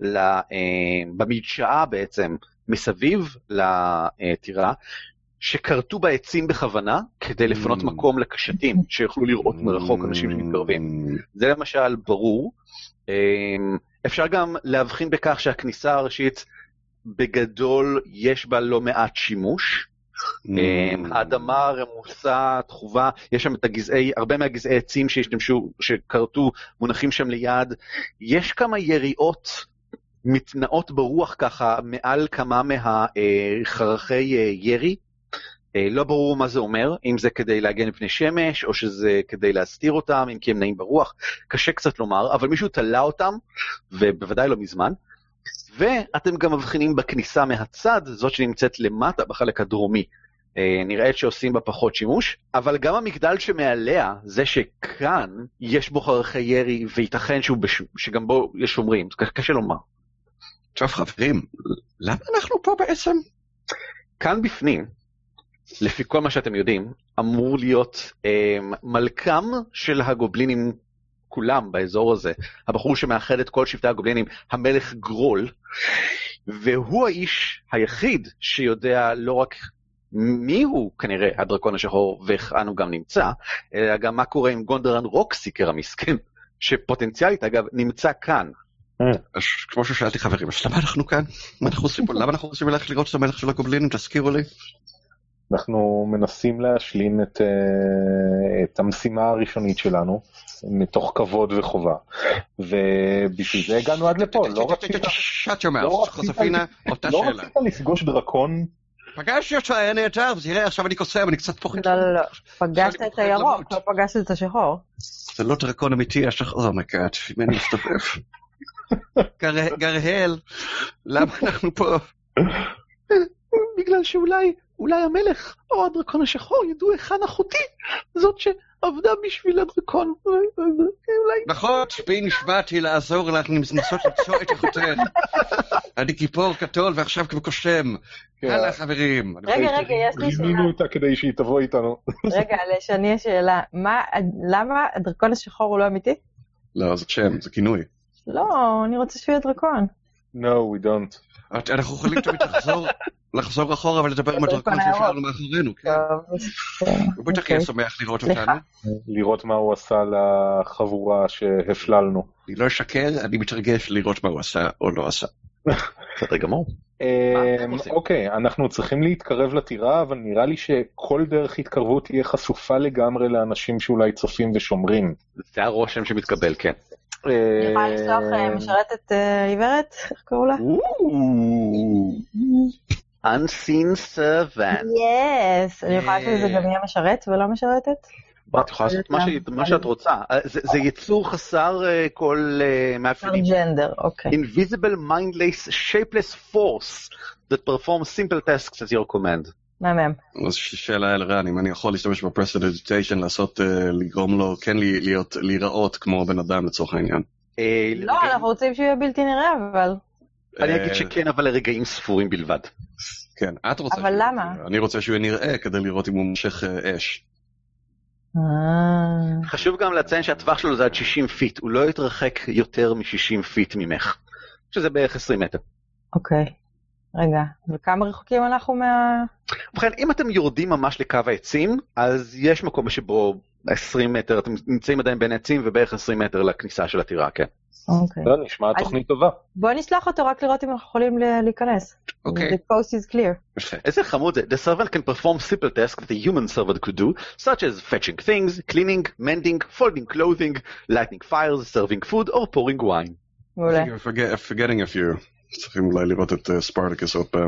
במדשאה בעצם, מסביב לטירה, שקרתו בעצים בכוונה כדי לפנות מקום לקשתים, שיוכלו לראות מרחוק אנשים שמתקרבים. זה למשל ברור. אפשר גם להבחין בכך שהכניסה הראשית בגדול יש בה לא מעט שימוש. האדמה רמוסה, תחובה, יש שם את הגזעי, הרבה מהגזעי עצים שהשתמשו, שקרתו, מונחים שם ליד. יש כמה יריעות מתנאות ברוח ככה מעל כמה מהחרכי ירי. לא ברור מה זה אומר, אם זה כדי להגן מפני שמש, או שזה כדי להסתיר אותם, אם כי הם נעים ברוח, קשה קצת לומר, אבל מישהו תלה אותם, ובוודאי לא מזמן, ואתם גם מבחינים בכניסה מהצד, זאת שנמצאת למטה בחלק הדרומי, נראית שעושים בה פחות שימוש, אבל גם המגדל שמעליה, זה שכאן יש בו חרכי ירי, וייתכן שהוא בש... שגם בו יש שומרים, קשה לומר. טוב חברים, למה אנחנו פה בעצם? כאן בפנים, לפי כל מה שאתם יודעים, אמור להיות אה, מלכם של הגובלינים כולם באזור הזה, הבחור שמאחד את כל שבטי הגובלינים, המלך גרול, והוא האיש היחיד שיודע לא רק מי הוא כנראה הדרקון השחור והיכן הוא גם נמצא, אלא גם מה קורה עם גונדרן רוקסיקר המסכן, שפוטנציאלית אגב נמצא כאן. אז כמו ששאלתי חברים, אז למה אנחנו כאן? מה אנחנו עושים פה? למה אנחנו רוצים ללכת לראות את המלך של הגובלינים? תזכירו לי. אנחנו מנסים להשלים את, את המשימה הראשונית שלנו, מתוך כבוד וחובה. ובשביל זה הגענו עד לפה. לא רצית לפגוש דרקון? פגשתי אותך, היה נהדר, תראה, עכשיו אני קוסם, אני קצת פוחד. לא, לא, לא. פגשת את הירוק, לא פגשת את השחור. זה לא דרקון אמיתי, השחור, אומייגאד, ממני מסתובב. גרהל, למה אנחנו פה? בגלל שאולי, אולי המלך או הדרקון השחור ידעו היכן אחותי, זאת שעבדה בשביל הדרקון. נכון, בי נשבעתי לעזור לך, לנסות למצוא את אחותך. אני גיבור גדול ועכשיו כמו קוסם. הלאה חברים. רגע, רגע, יש לי שאלה. רימינו אותה כדי שהיא תבוא איתנו. רגע, לשני השאלה, למה הדרקון השחור הוא לא אמיתי? לא, זה שם, זה כינוי. לא, אני רוצה שהוא יהיה דרקון. No, we don't. אנחנו יכולים תמיד לחזור, לחזור אחורה ולדבר עם הדרקון שישארנו מאחורינו, כן? הוא בטח יהיה שמח לראות אותנו. לראות מה הוא עשה לחבורה שהפללנו. אני לא אשקר, אני מתרגש לראות מה הוא עשה או לא עשה. בסדר גמור. אוקיי, אנחנו צריכים להתקרב לטירה, אבל נראה לי שכל דרך התקרבות תהיה חשופה לגמרי לאנשים שאולי צופים ושומרים. זה הרושם שמתקבל, כן. אני יכולה לשלוח משרתת עיוורת? איך קראו לה? Unseen Servant. Yes. אני יכולה שזה גם יהיה משרת ולא משרתת? את יכולה לעשות מה שאת רוצה. זה יצור חסר כל מאפיינים. ג'נדר, אוקיי. Invisible, mindless, shapeless force that performs simple tasks at your command. מהמם. אז שאלה אל רן, אם אני יכול להשתמש בפרסטידיטיישן, לעשות, לגרום לו, כן להיות, להיראות כמו בן אדם לצורך העניין. לא, אנחנו רוצים שהוא יהיה בלתי נראה, אבל... אני אגיד שכן, אבל לרגעים ספורים בלבד. כן, את רוצה... אבל למה? אני רוצה שהוא יהיה נראה כדי לראות אם הוא מושך אש. חשוב גם לציין שהטווח שלו זה עד שישים פיט, הוא לא יתרחק יותר מ-שישים פיט ממך, שזה בערך עשרים מטר. אוקיי. רגע, וכמה רחוקים אנחנו מה... ובכן, אם אתם יורדים ממש לקו העצים, אז יש מקום שבו עשרים מטר, אתם נמצאים עדיין בין העצים, ובערך עשרים מטר לכניסה של הטירה, כן. אוקיי. לא, נשמע תוכנית טובה. בוא נשלח אותו רק לראות אם אנחנו יכולים להיכנס. אוקיי. The coast is clear. איזה חמוד זה. The servant can perform simple tasks that a human servant could do, such as fetching things, cleaning, mending, folding clothing, lighting fires, serving food, or pouring wine. מעולה. Forgetting a few. צריכים אולי לראות את ספרטקוס עוד פעם.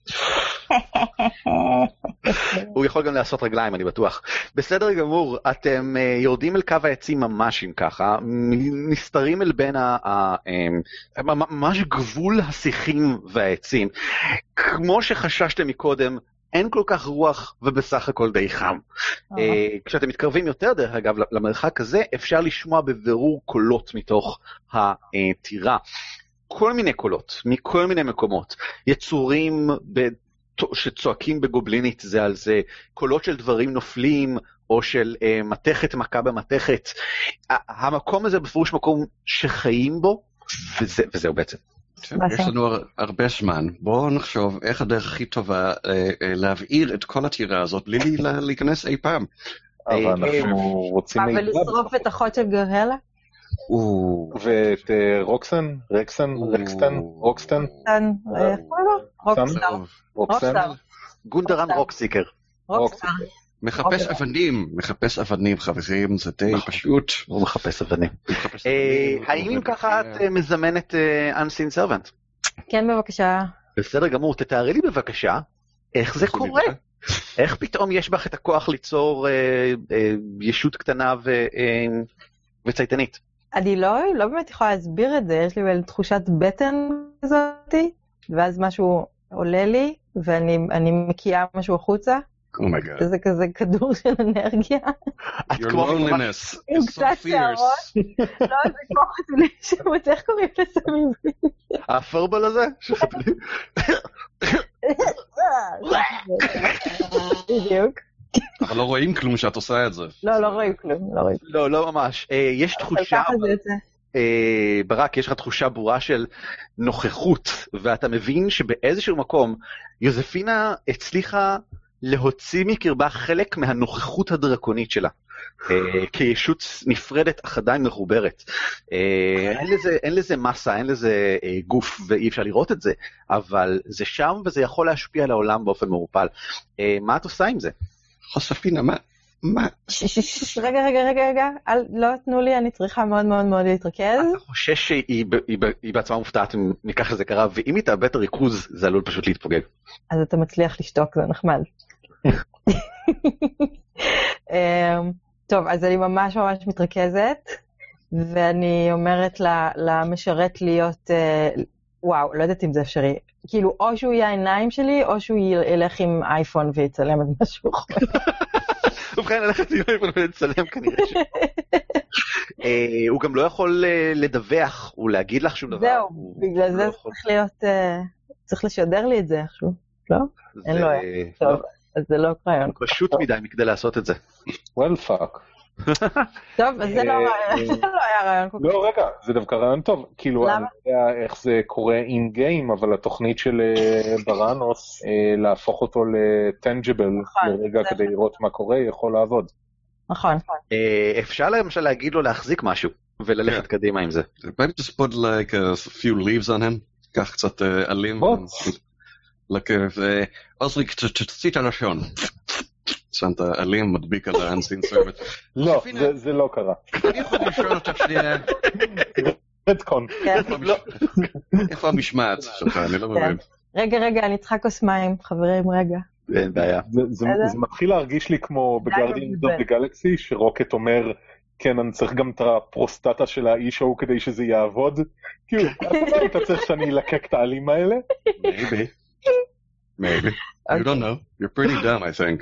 הוא יכול גם לעשות רגליים, אני בטוח. בסדר גמור, אתם uh, יורדים אל קו העצים ממש אם ככה, נסתרים אל בין ה... ה um, ממש גבול השיחים והעצים. כמו שחששתם מקודם, אין כל כך רוח ובסך הכל די חם. Uh, כשאתם מתקרבים יותר, דרך אגב, למרחק הזה, אפשר לשמוע בבירור קולות מתוך הטירה. כל מיני קולות, מכל מיני מקומות. יצורים ב... שצועקים בגובלינית זה על זה, קולות של דברים נופלים, או של uh, מתכת מכה במתכת. המקום הזה בפירוש מקום שחיים בו, וזה, וזהו בעצם. יש לנו הרבה זמן, בואו נחשוב איך הדרך הכי טובה להבעיר את כל הטירה הזאת, בלי להיכנס אי פעם. אבל אנחנו רוצים... אבל לשרוף את אחות של גרהלה? ואת רוקסן, רקסן, רקסטן, רוקסטן? רוקסטר. רוקסטר. גונדרן רוקסיקר. רוקסטר. מחפש אבנים, מחפש אבנים חברים, זה די פשוט. הוא מחפש אבנים. האם אם ככה את מזמנת Unseen Servant? כן, בבקשה. בסדר גמור, תתארי לי בבקשה, איך זה קורה? איך פתאום יש בך את הכוח ליצור ישות קטנה וצייתנית? אני לא באמת יכולה להסביר את זה, יש לי תחושת בטן כזאת, ואז משהו עולה לי, ואני מקיאה משהו החוצה. אומייגאד. זה כזה כדור של אנרגיה. Your loneliness עם is so קצת שערות. לא, זה כמו חתולים שמות, איך קוראים לזה מבין? הפרבל הזה? שחתולים? בדיוק. אבל לא רואים כלום שאת עושה את זה. לא, לא רואים כלום. לא, לא ממש. יש תחושה... ברק, יש לך תחושה ברורה של נוכחות, ואתה מבין שבאיזשהו מקום יוזפינה הצליחה להוציא מקרבה חלק מהנוכחות הדרקונית שלה, כישות נפרדת אך עדיין מחוברת. אין לזה מסה, אין לזה גוף ואי אפשר לראות את זה, אבל זה שם וזה יכול להשפיע על העולם באופן מעורפל. מה את עושה עם זה? יוזפינה, מה? מה? רגע, רגע, רגע, רגע, לא תנו לי, אני צריכה מאוד מאוד מאוד להתרכז. אתה חושש שהיא בעצמה מופתעת אם ניקח לזה קרה, ואם היא תאבד את הריכוז, זה עלול פשוט להתפוגג. אז אתה מצליח לשתוק, זה נחמד. טוב, אז אני ממש ממש מתרכזת, ואני אומרת למשרת להיות, וואו, לא יודעת אם זה אפשרי, כאילו, או שהוא יהיה העיניים שלי, או שהוא ילך עם אייפון ויצלם את משהו. ובכן, ללכת עם אייפון ולצלם כנראה ש... הוא גם לא יכול לדווח, הוא להגיד לך שום דבר. זהו, בגלל זה צריך להיות, צריך לשדר לי את זה איכשהו, לא? אין לו, טוב, אז זה לא רעיון. פשוט מדי מכדי לעשות את זה. well fuck. טוב, אז זה לא היה רעיון כל כך. לא, רגע, זה דווקא רעיון טוב. כאילו, אני יודע איך זה קורה אין גיים, אבל התוכנית של בראנוס, להפוך אותו לטנג'יבל לרגע כדי לראות מה קורה, יכול לעבוד. נכון. אפשר למשל להגיד לו להחזיק משהו, וללכת קדימה עם זה. Maybe just put like a few leaves on him, קח קצת עלים. like, עוזריק, תוציא את הלשון. שמת עלים מדביק על ה-Unseen Servant. לא, זה לא קרה. אני יכול לשאול אותך שנייה. רדקון. איפה המשמעת שלך? אני לא מבין. רגע, רגע, אני צריכה כוס מים, חברים, רגע. אין בעיה. זה מתחיל להרגיש לי כמו בגרדיאנס אוף דה גלקסי, שרוקט אומר, כן, אני צריך גם את הפרוסטטה של האיש ההוא כדי שזה יעבוד. כאילו, אתה צריך שאני אלקק את העלים האלה? Maybe. Maybe. You don't know. You're pretty dumb, I think.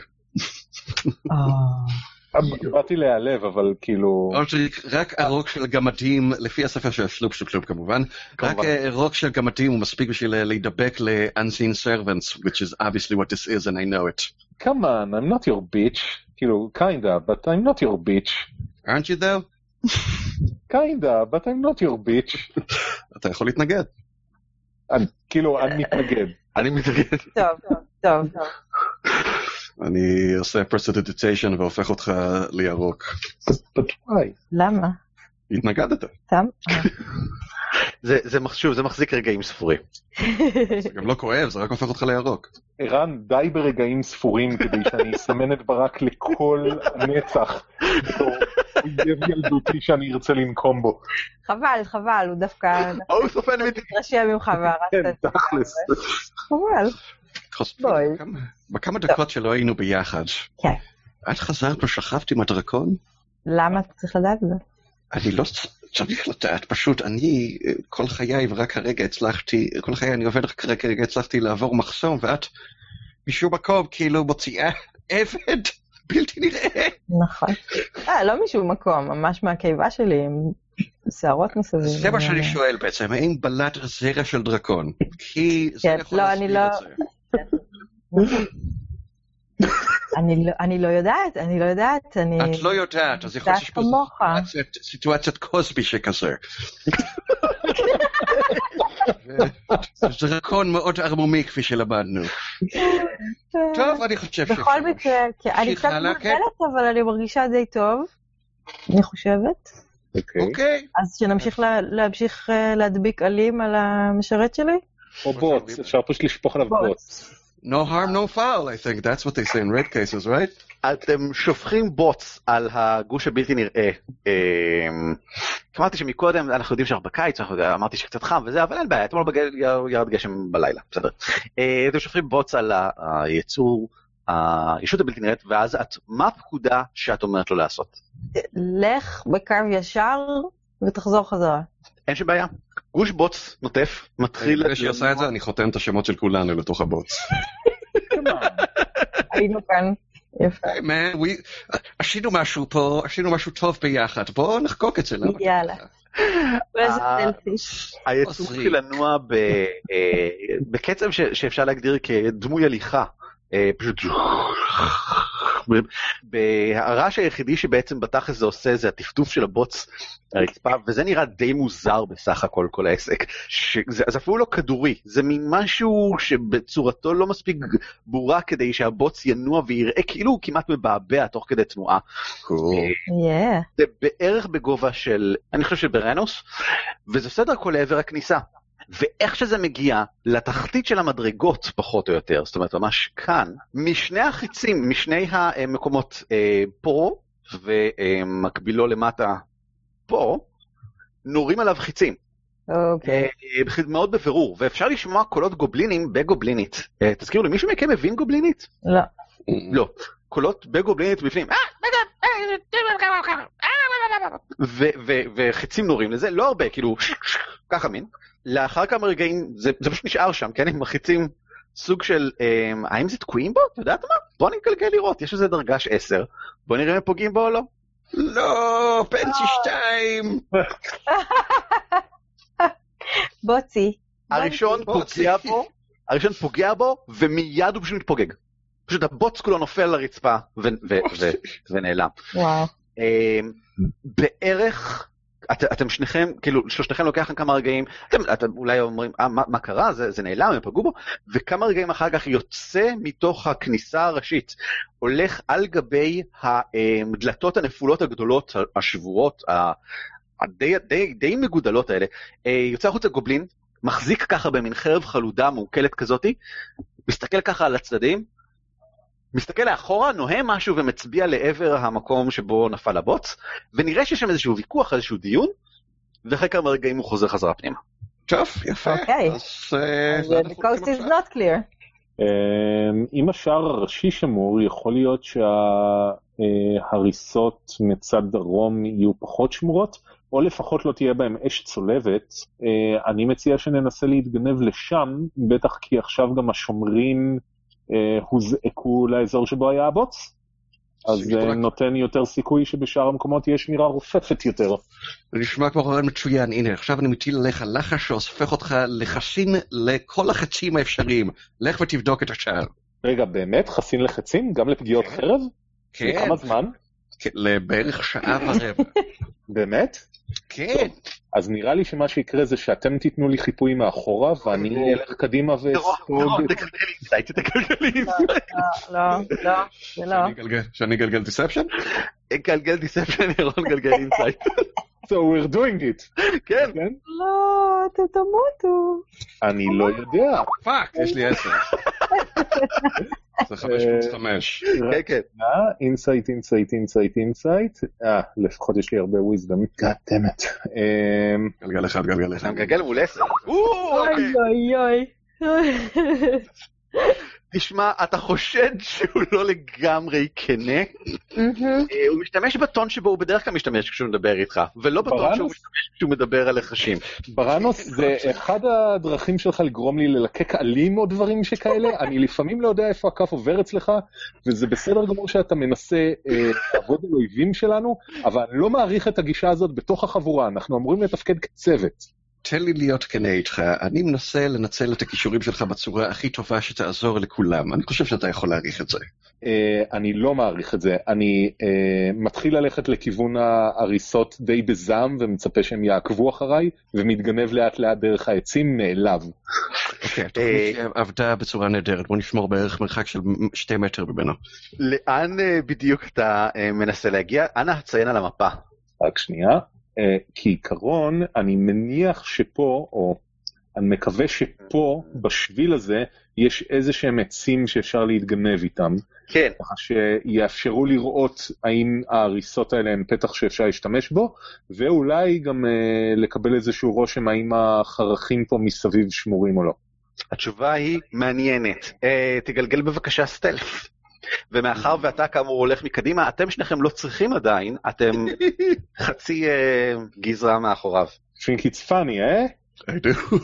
באתי להיעלב, אבל כאילו... רק הרוק של גמדים, לפי הספר של שלופ שלופ שלופ כמובן, רק הרוק של גמדים הוא מספיק בשביל להידבק ל-Unseen Servants, which is obviously what this is and I know it. Come on, I'm not your bitch. כאילו, kinda, but I'm not your bitch. Aren't you though? kinda, but I'm not your bitch. אתה יכול להתנגד. כאילו, אני מתנגד. אני מתנגד. טוב, טוב, טוב. אני עושה prestidigitation והופך אותך לירוק. But why? למה? התנגדת. סתם? זה מחשוב, זה מחזיק רגעים ספורים. זה גם לא כואב, זה רק הופך אותך לירוק. ערן, די ברגעים ספורים כדי שאני אסמן את ברק לכל הנצח. אויב ילדותי שאני ארצה לנקום בו. חבל, חבל, הוא דווקא... הוא סופן מתי. רשם ממך והרסת. כן, תכלס. חבל. בואי. בכמה דקות שלא היינו ביחד, כן. את חזרת ושכבת עם הדרקון? למה אתה צריך לדעת את זה? אני לא צריך לדעת, פשוט אני כל חיי ורק הרגע הצלחתי, כל חיי אני עובד רק הרגע הצלחתי לעבור מחסום, ואת משום מקום כאילו מוציאה עבד בלתי נראה. נכון. אה, לא משום מקום, ממש מהקיבה שלי, עם שערות מסביב. זה מה שאני שואל בעצם, האם בלט זרע של דרקון? כי זה יכול להסביר את זה. אני לא יודעת, אני לא יודעת. את לא יודעת, אז יכול להיות שיש פה סיטואציית קוסבי שכזה. זה דרקון מאוד ערמומי כפי שלמדנו. טוב, אני חושב שאפשר. בכל מקרה, אני קצת מודלת, אבל אני מרגישה די טוב, אני חושבת. אוקיי. אז שנמשיך להמשיך להדביק עלים על המשרת שלי? או בוץ, אפשר פשוט לשפוך עליו בוץ. No harm, no foul, I think. That's what they say in red cases, right? אתם שופכים בוץ על הגוש הבלתי נראה. אמרתי שמקודם אנחנו יודעים שאנחנו בקיץ, אמרתי שקצת חם וזה, אבל אין בעיה, אתמול ירד גשם בלילה, בסדר. אתם שופכים בוץ על היצור, הישות הבלתי נראית, ואז את, מה הפקודה שאת אומרת לו לעשות? לך בקו ישר ותחזור חזרה. אין שבעיה. גוש בוץ נוטף, מתחיל... אחרי שהיא עושה את זה, אני חותם את השמות של כולנו לתוך הבוץ. היינו כאן. יפה. עשינו משהו פה, עשינו משהו טוב ביחד, בואו נחקוק את זה. יאללה. איזה סלפיש. היצור התחיל לנוע בקצב שאפשר להגדיר כדמוי הליכה. פשוט... הרעש היחידי שבעצם בתכלס זה עושה זה הטפטוף של הבוץ הרצפה, וזה נראה די מוזר בסך הכל כל העסק, זה אפילו לא כדורי, זה מין משהו שבצורתו לא מספיק ברורה כדי שהבוץ ינוע ויראה כאילו הוא כמעט מבעבע תוך כדי תנועה. זה בערך בגובה של, אני חושב של ברנוס, וזה סדר כל לעבר הכניסה. ואיך שזה מגיע לתחתית של המדרגות פחות או יותר, זאת אומרת ממש כאן, משני החיצים, משני המקומות אה, פה ומקבילו למטה פה, נורים עליו חיצים. אוקיי. Okay. אה, מאוד בבירור, ואפשר לשמוע קולות גובלינים בגובלינית. אה, תזכירו לי, מישהו מכם מבין גובלינית? לא. לא. קולות בגובלינית בפנים. וחיצים נורים לזה, לא הרבה, כאילו, ככה מין. לאחר כמה רגעים, זה, זה פשוט נשאר שם, כן? הם מחיצים סוג של, אה, האם זה תקועים בו? אתה יודעת מה? בוא נגלגל לראות, יש איזה דרגש עשר. בוא נראה אם הם פוגעים בו או לא. לא, פנצ'י שתיים. בוצי. הראשון פוגע בו, הראשון פוגע בו, ומיד הוא פשוט מתפוגג. פשוט הבוץ כולו נופל על הרצפה, ו- ו- ו- ונעלם. וואו. אה, בערך... את, אתם שניכם, כאילו, שלושתכם לוקח כמה רגעים, אתם, אתם אולי אומרים, אה, מה, מה קרה? זה, זה נעלם, הם פגעו בו, וכמה רגעים אחר כך יוצא מתוך הכניסה הראשית, הולך על גבי הדלתות הנפולות הגדולות, השבועות, הדי, די, די מגודלות האלה, יוצא החוצה גובלין, מחזיק ככה במין חרב חלודה מעוקלת כזאת, מסתכל ככה על הצדדים, מסתכל לאחורה, נוהם משהו ומצביע לעבר המקום שבו נפל הבוץ, ונראה שיש שם איזשהו ויכוח, איזשהו דיון, ואחרי כמה רגעים הוא חוזר חזרה פנימה. טוב, יפה. אוקיי. אז... The coast is not clear. אם השער הראשי שמור, יכול להיות שההריסות מצד דרום יהיו פחות שמורות, או לפחות לא תהיה בהם אש צולבת. אני מציע שננסה להתגנב לשם, בטח כי עכשיו גם השומרים... הוזעקו לאזור שבו היה הבוץ, אז זה נותן יותר סיכוי שבשאר המקומות תהיה שמירה רופפת יותר. זה נשמע כמו רעיון מצוין. הנה, עכשיו אני מטיל עליך לחש שהופך אותך לחסין לכל החצים האפשריים. לך ותבדוק את השער. רגע, באמת? חסין לחצים? גם לפגיעות חרב? כן. לכמה זמן? לבערך שעה ורבע. באמת? כן. אז נראה לי שמה שיקרה זה שאתם תיתנו לי חיפוי מאחורה, ואני אלך קדימה ואספוג... תגלגל אינסייט, תגלגל אינסייט. לא, לא, זה לא. שאני גלגל דיספשן? גלגל דיספשן, ירון גלגל אינסייט. So we're doing it. כן. לא, אתם תמותו. אני לא יודע. פאק, יש לי עשר. זה חמש פלוס חמש. כן, כן. אינסייט, אינסייט, אינסייט, אינסייט. אה, לפחות יש לי הרבה וויזדום. God damn it. גלגל אחד, גלגל אחד. גלגל מול עשר. אוי אוי אוי. תשמע, אתה חושד שהוא לא לגמרי כנה, הוא משתמש בטון שבו הוא בדרך כלל משתמש כשהוא מדבר איתך, ולא בטון שהוא משתמש כשהוא מדבר על לחשים. ברנוס, זה אחד הדרכים שלך לגרום לי ללקק עלים או דברים שכאלה, אני לפעמים לא יודע איפה הכף עובר אצלך, וזה בסדר גמור שאתה מנסה לעבוד על אויבים שלנו, אבל אני לא מעריך את הגישה הזאת בתוך החבורה, אנחנו אמורים לתפקד כצוות. תן לי להיות כנה איתך, אני מנסה לנצל את הכישורים שלך בצורה הכי טובה שתעזור לכולם, אני חושב שאתה יכול להעריך את זה. אני לא מעריך את זה, אני מתחיל ללכת לכיוון ההריסות די בזעם, ומצפה שהם יעקבו אחריי, ומתגנב לאט לאט דרך העצים מאליו. אוקיי, התוכנית עבדה בצורה נהדרת, בוא נשמור בערך מרחק של שתי מטר ממנו. לאן בדיוק אתה מנסה להגיע? אנא ציין על המפה. רק שנייה. כעיקרון, אני מניח שפה, או אני מקווה שפה, בשביל הזה, יש איזה שהם עצים שאפשר להתגנב איתם. כן. ככה שיאפשרו לראות האם ההריסות האלה הן פתח שאפשר להשתמש בו, ואולי גם uh, לקבל איזשהו רושם האם החרכים פה מסביב שמורים או לא. התשובה היא מעניינת. Uh, תגלגל בבקשה סטלף. ומאחר ואתה כאמור הולך מקדימה, אתם שניכם לא צריכים עדיין, אתם חצי uh, גזרה מאחוריו. think it's funny, eh? I do.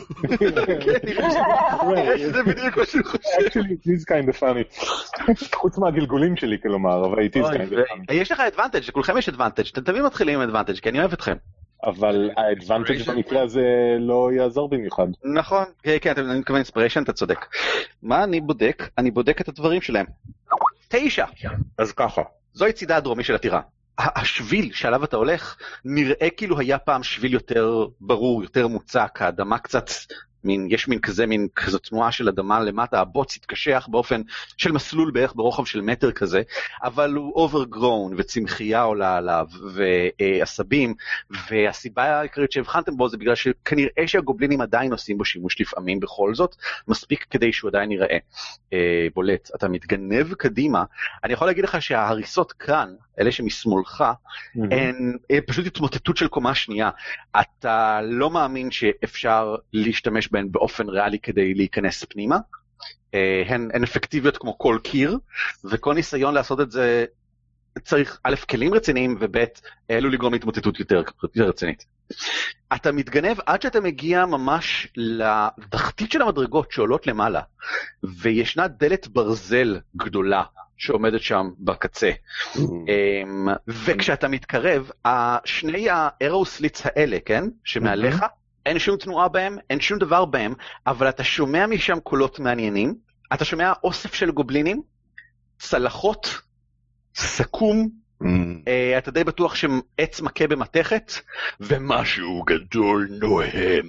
נראה שזה בדיוק מה שהוא חושב. Actually, it is kind of funny. חוץ מהגלגולים שלי, כלומר, אבל it is kind of funny. יש לך advantage, לכולכם יש advantage, אתם תמיד מתחילים עם advantage, כי אני אוהב אתכם. אבל ה-advantage במקרה הזה לא יעזור במיוחד. נכון, כן, אני מתכוון inspiration, אתה צודק. מה אני בודק? אני בודק את הדברים שלהם. תשע. אז ככה. זוהי צידה הדרומי של הטירה. השביל שעליו אתה הולך נראה כאילו היה פעם שביל יותר ברור, יותר מוצק, האדמה קצת, מין, יש מין כזה, מין כזו תנועה של אדמה למטה, הבוץ התקשח באופן של מסלול בערך ברוחב של מטר כזה, אבל הוא overgrown וצמחייה עולה עליו ועשבים, והסיבה העיקרית שהבחנתם בו זה בגלל שכנראה שהגובלינים עדיין עושים בו שימוש לפעמים בכל זאת, מספיק כדי שהוא עדיין יראה אה, בולט. אתה מתגנב קדימה, אני יכול להגיד לך שההריסות כאן, אלה שמשמאלך, mm-hmm. הן פשוט התמוטטות של קומה שנייה. אתה לא מאמין שאפשר להשתמש בהן באופן ריאלי כדי להיכנס פנימה. הן, הן אפקטיביות כמו כל קיר, וכל ניסיון לעשות את זה צריך א' כלים רציניים, וב' אלו לגרום להתמוטטות יותר, יותר רצינית. אתה מתגנב עד שאתה מגיע ממש לתחתית של המדרגות שעולות למעלה, וישנה דלת ברזל גדולה שעומדת שם בקצה. וכשאתה מתקרב, שני האירוסליץ האלה, כן, שמעליך, אין שום תנועה בהם, אין שום דבר בהם, אבל אתה שומע משם קולות מעניינים, אתה שומע אוסף של גובלינים, צלחות, סכום, אתה די בטוח שעץ מכה במתכת, ומשהו גדול נוהם.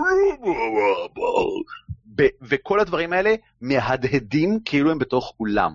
וכל הדברים האלה מהדהדים כאילו הם בתוך אולם.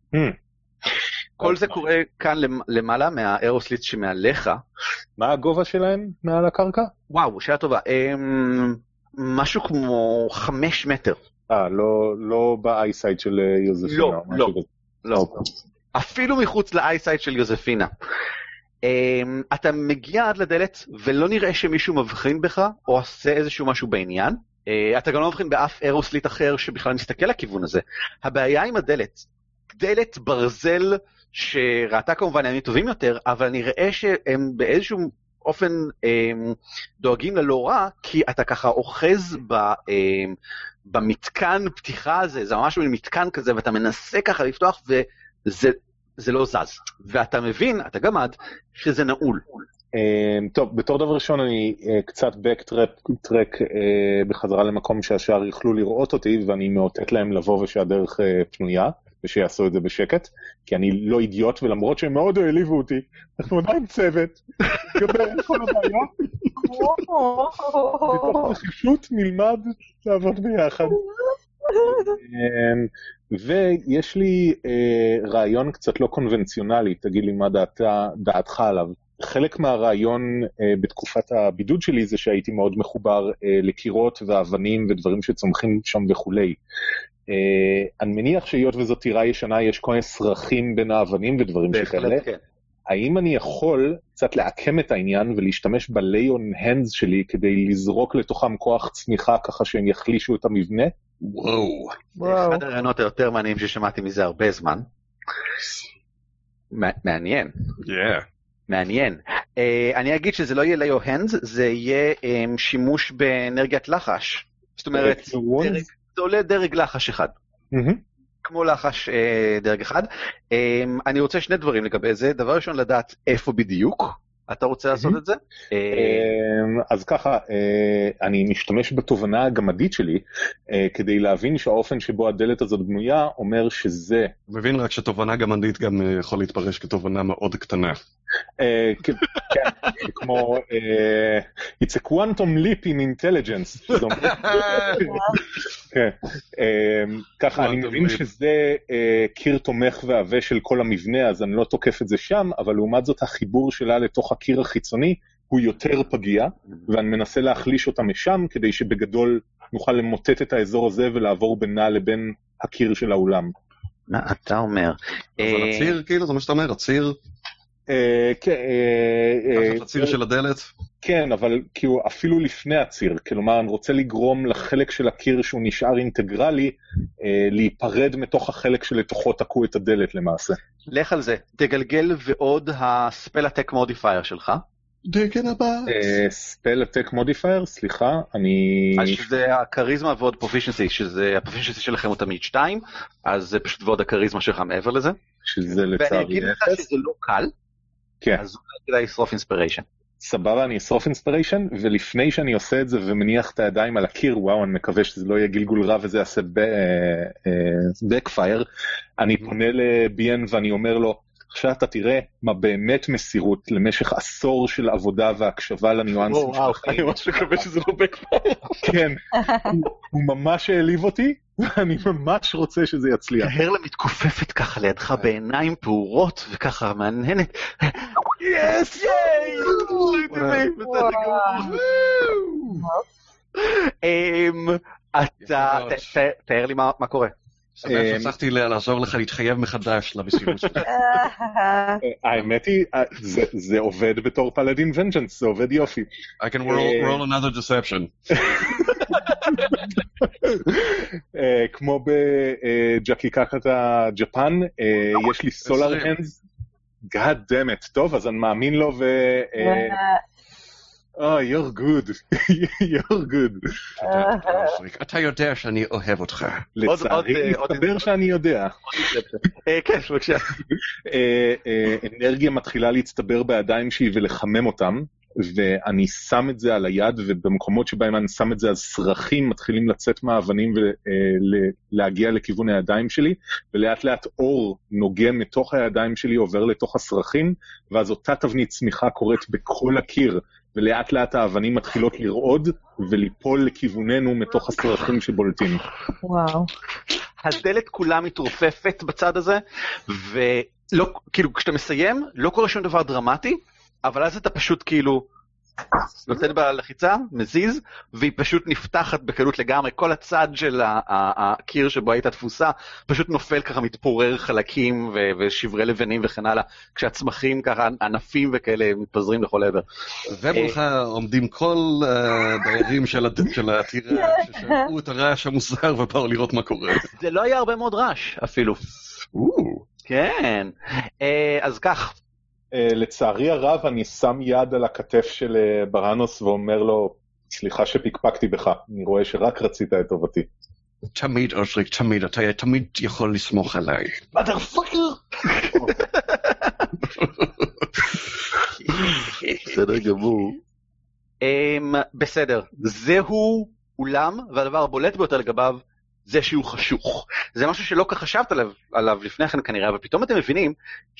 כל זה קורה כאן למעלה מהאירוסליץ שמעליך. מה הגובה שלהם מעל הקרקע? וואו, שאלה טובה. משהו כמו חמש מטר. אה, לא באייסייט של יוזפינה. לא, לא, לא. אפילו מחוץ לאייסייט של יוזפינה. אתה מגיע עד לדלת ולא נראה שמישהו מבחין בך או עושה איזשהו משהו בעניין. אתה גם לא מבחין באף אירוסליט אחר שבכלל מסתכל לכיוון הזה. הבעיה עם הדלת, דלת ברזל שראתה כמובן ימים טובים יותר, אבל נראה שהם באיזשהו אופן הם, דואגים ללא רע, כי אתה ככה אוחז ב, הם, במתקן פתיחה הזה, זה ממש מין מתקן כזה, ואתה מנסה ככה לפתוח, וזה זה לא זז. ואתה מבין, אתה גמד, שזה נעול. טוב, בתור דבר ראשון אני קצת בקטרק בחזרה למקום שהשאר יוכלו לראות אותי, ואני מאותת להם לבוא ושהדרך פנויה. ושיעשו את זה בשקט, כי אני לא אידיוט, ולמרות שהם מאוד העליבו אותי, אנחנו עדיין צוות, גבר את כל הבעיה, בתוך נחישות נלמד לעבוד ביחד. ויש לי רעיון קצת לא קונבנציונלי, תגיד לי מה דעתך עליו. חלק מהרעיון בתקופת הבידוד שלי זה שהייתי מאוד מחובר לקירות ואבנים ודברים שצומחים שם וכולי. Uh, אני מניח שהיות וזאת טירה ישנה, יש כל מיני סרחים בין האבנים ודברים שכאלה. כן. האם אני יכול קצת לעקם את העניין ולהשתמש בליון הנדס שלי כדי לזרוק לתוכם כוח צמיחה ככה שהם יחלישו את המבנה? וואו. וואו. אחד הרעיונות היותר מעניינים ששמעתי מזה הרבה זמן. מעניין. Yeah. מעניין. אני אגיד שזה לא יהיה ליו הנדס, זה יהיה שימוש באנרגיית לחש. זאת אומרת, זה עולה דרג לחש אחד. כמו לחש דרג אחד. אני רוצה שני דברים לגבי זה. דבר ראשון, לדעת איפה בדיוק אתה רוצה לעשות את זה? אז ככה, אני משתמש בתובנה הגמדית שלי, כדי להבין שהאופן שבו הדלת הזאת בנויה, אומר שזה... מבין רק שתובנה גמדית גם יכול להתפרש כתובנה מאוד קטנה. כן, כמו... It's a quantum leap in intelligence. ככה, אני מבין שזה קיר תומך ועווה של כל המבנה, אז אני לא תוקף את זה שם, אבל לעומת זאת החיבור שלה לתוך הקיר החיצוני הוא יותר פגיע, ואני מנסה להחליש אותה משם, כדי שבגדול נוכל למוטט את האזור הזה ולעבור בינה לבין הקיר של האולם. מה אתה אומר? אבל הציר, כאילו, זה מה שאתה אומר, הציר... תחת הציר של הדלת? כן, אבל כאילו אפילו לפני הציר, כלומר אני רוצה לגרום לחלק של הקיר שהוא נשאר אינטגרלי, להיפרד מתוך החלק שלתוכו תקעו את הדלת למעשה. לך על זה, תגלגל ועוד הספל הטק מודיפייר שלך. דקן הבא. ספל הטק מודיפייר, סליחה, אני... אז שזה הקריזמה ועוד פרופישנסי, שזה הפרופישנסי שלכם הוא תמיד שתיים, אז זה פשוט ועוד הקריזמה שלך מעבר לזה. שזה לצערי ואני אגיד לך שזה לא קל. כן. אז כדאי לשרוף אינספיריישן. סבבה, אני אשרוף אינספיריישן, ולפני שאני עושה את זה ומניח את הידיים על הקיר, וואו, אני מקווה שזה לא יהיה גלגול רע וזה יעשה בקפייר, אני פונה לביאן ואני אומר לו, עכשיו אתה תראה מה באמת מסירות למשך עשור של עבודה והקשבה לניואנסים של החיים. אני ממש מקווה שזה לא בקפייר. כן, הוא ממש העליב אותי, ואני ממש רוצה שזה יצליח. הרלה מתכופפת ככה לידך בעיניים פעורות וככה מעניינת. יס, אתה, תאר לי מה קורה. הצלחתי לעזור לך להתחייב מחדש למסירות שלך. האמת היא, זה עובד בתור פלאדין ונג'נס, זה עובד יופי. I can roll another deception. כמו בג'קיקקת ג'פן, יש לי סולר הנדס, God damn it, טוב, אז אני מאמין לו ו... Oh, you're good. you're good. אתה יודע שאני אוהב אותך. לצערי, מסתבר שאני יודע. כן, בבקשה. אנרגיה מתחילה להצטבר בידיים שלי ולחמם אותם, ואני שם את זה על היד, ובמקומות שבהם אני שם את זה, אז שרחים מתחילים לצאת מהאבנים ולהגיע לכיוון הידיים שלי, ולאט לאט אור נוגע מתוך הידיים שלי, עובר לתוך השרחים, ואז אותה תבנית צמיחה קורית בכל הקיר, ולאט לאט האבנים מתחילות לרעוד, וליפול לכיווננו מתוך השרחים שבולטים. וואו. הדלת כולה מתרופפת בצד הזה, ולא, כאילו, כשאתה מסיים, לא קורה שום דבר דרמטי, אבל אז אתה פשוט כאילו נותן בה לחיצה, מזיז, והיא פשוט נפתחת בקלות לגמרי, כל הצד של הקיר שבו הייתה תפוסה, פשוט נופל ככה, מתפורר חלקים ושברי לבנים וכן הלאה, כשהצמחים ככה, ענפים וכאלה מתפזרים לכל עבר. ומולך עומדים כל דיירים של הטירה, ששמעו את הרעש המוזר ובאו לראות מה קורה. זה לא היה הרבה מאוד רעש אפילו. כן, אז כך. לצערי הרב אני שם יד על הכתף של ברנוס ואומר לו, סליחה שפקפקתי בך, אני רואה שרק רצית את טובתי. תמיד אושריק, תמיד, אתה תמיד יכול לסמוך עליי. motherfucker! בסדר גמור. בסדר, זהו אולם, והדבר הבולט ביותר לגביו, זה שהוא חשוך. זה משהו שלא כך חשבת עליו, עליו לפני כן כנראה, אבל פתאום אתם מבינים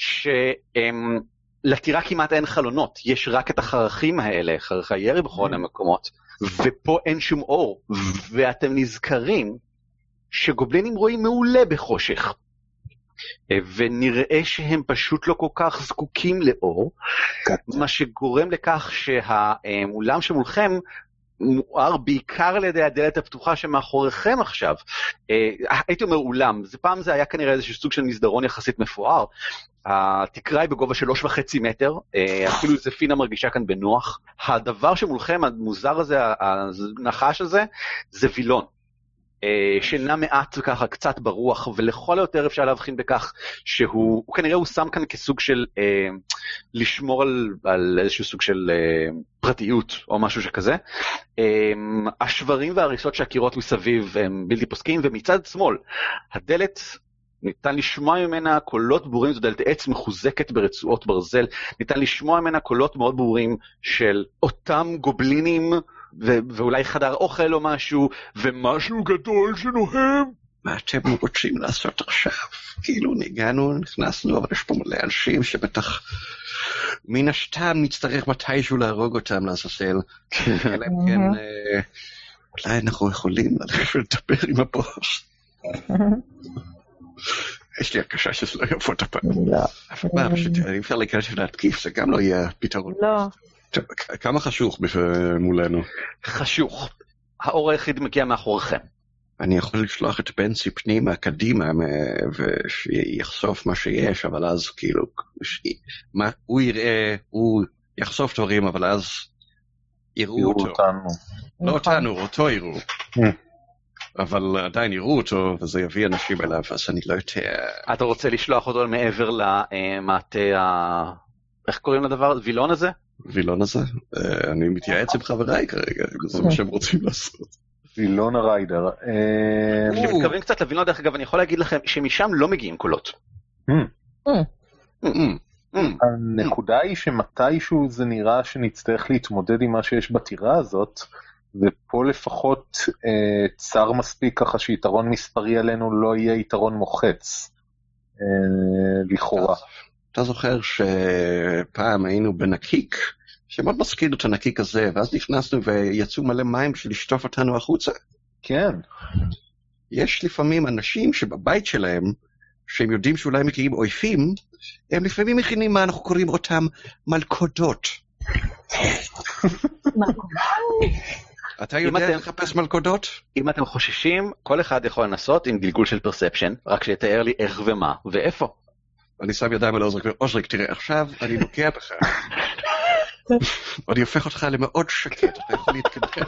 שלטירה כמעט אין חלונות, יש רק את החרכים האלה, חרכי ירי בכל המקומות, ופה אין שום אור, ואתם נזכרים שגובלינים רואים מעולה בחושך, ונראה שהם פשוט לא כל כך זקוקים לאור, מה שגורם לכך שהאולם שמולכם מואר בעיקר על ידי הדלת הפתוחה שמאחוריכם עכשיו. הייתי אומר אולם, זה פעם זה היה כנראה איזשהו סוג של מסדרון יחסית מפואר, התקרה היא בגובה שלוש וחצי מטר, אפילו איזה פינה מרגישה כאן בנוח. הדבר שמולכם, המוזר הזה, הנחש הזה, זה וילון. שנע מעט ככה קצת ברוח, ולכל היותר אפשר להבחין בכך שהוא, הוא כנראה הוא שם כאן כסוג של אה, לשמור על, על איזשהו סוג של אה, פרטיות או משהו שכזה. אה, השברים וההריסות שהקירות מסביב הם בלתי פוסקים, ומצד שמאל הדלת ניתן לשמוע ממנה קולות ברורים, זו דלת עץ מחוזקת ברצועות ברזל, ניתן לשמוע ממנה קולות מאוד ברורים של אותם גובלינים, ו- ואולי חדר אוכל או משהו, ומשהו גדול שנוהם. מה אתם רוצים לעשות עכשיו? כאילו הגענו, נכנסנו, אבל יש פה מלא אנשים שבטח מן השטן נצטרך מתישהו להרוג אותם לעזאזל. אלא אם כן, אולי אנחנו יכולים ללכת ולדבר עם הבוס. יש לי הקשה שזה לא יבוא את הפעם. אבל מה, פשוט אי אפשר להיכנס ולהתקיף, זה גם לא יהיה פתרון. לא. כמה חשוך מולנו? חשוך. האור היחיד מגיע מאחוריכם. אני יכול לשלוח את בנצי פנימה, קדימה, ושיחשוף מה שיש, אבל אז כאילו, הוא יראה, הוא יחשוף דברים, אבל אז יראו אותו. לא אותנו, אותו יראו. אבל עדיין יראו אותו, וזה יביא אנשים אליו, אז אני לא יודע. אתה רוצה לשלוח אותו מעבר למעטה ה... איך קוראים לדבר? וילון הזה? וילון הזה? אני מתייעץ עם חבריי כרגע, זה מה שהם רוצים לעשות. וילון הריידר. כשמתכוונים קצת לווילון, דרך אגב, אני יכול להגיד לכם שמשם לא מגיעים קולות. הנקודה היא שמתישהו זה נראה שנצטרך להתמודד עם מה שיש בטירה הזאת, ופה לפחות אה, צר מספיק ככה שיתרון מספרי עלינו לא יהיה יתרון מוחץ, אה, לכאורה. אתה זוכר שפעם היינו בנקיק, שמאוד מזכיר את הנקיק הזה, ואז נכנסנו ויצאו מלא מים של לשטוף אותנו החוצה. כן. יש לפעמים אנשים שבבית שלהם, שהם יודעים שאולי מגיעים אויפים, הם לפעמים מכינים מה אנחנו קוראים אותם מלכודות. אתה יודע לחפש מלכודות? אם אתם חוששים, כל אחד יכול לנסות עם גלגול של פרספשן, רק שיתאר לי איך ומה ואיפה. אני שם ידיים על עוזריק, עוזריק, תראה, עכשיו אני נוגע בך. אני הופך אותך למאוד שקט, אתה יכול להתקדם.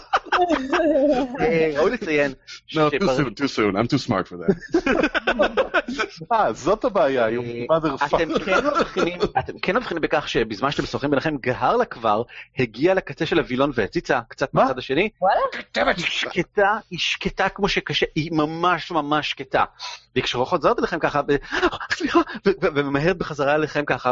ראוי לציין. No, too soon, too soon, I'm too smart for that. אה, זאת הבעיה, אתם כן מבחינים בכך שבזמן שאתם משוחחים ביניכם, גהרלה כבר הגיע לקצה של הווילון והציצה קצת מהצד השני. היא שקטה, היא שקטה כמו שקשה, היא ממש ממש שקטה. וכשרוח חוזרת אליכם ככה, סליחה, וממהרת בחזרה אליכם ככה,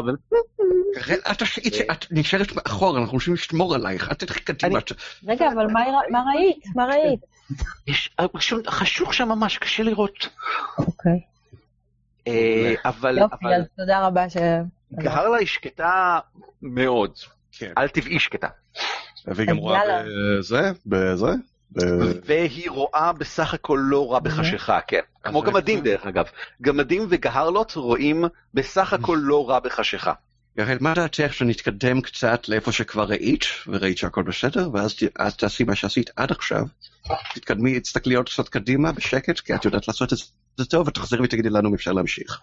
את נשארת מאחור, אנחנו חושבים לשמור עלייך, את תתחיל קדימה. רגע, אבל מה ראית? מה ראית? חשוך שם ממש, קשה לראות. אוקיי. אבל... יופי, אז תודה רבה ש... גהרלה היא שקטה מאוד. אל טבעי שקטה. והיא גם רואה בזה? בזה? והיא רואה בסך הכל לא רע בחשיכה, כן. כמו גמדים דרך אגב. גמדים וגהרלות רואים בסך הכל לא רע בחשיכה. ירל, מה דעתך שנתקדם קצת לאיפה שכבר ראית, וראית שהכל בסדר, ואז תעשי מה שעשית עד עכשיו. תתקדמי, תסתכלי עוד קצת קדימה בשקט, כי את יודעת לעשות את זה טוב, ותחזרי ותגידי לנו אם אפשר להמשיך.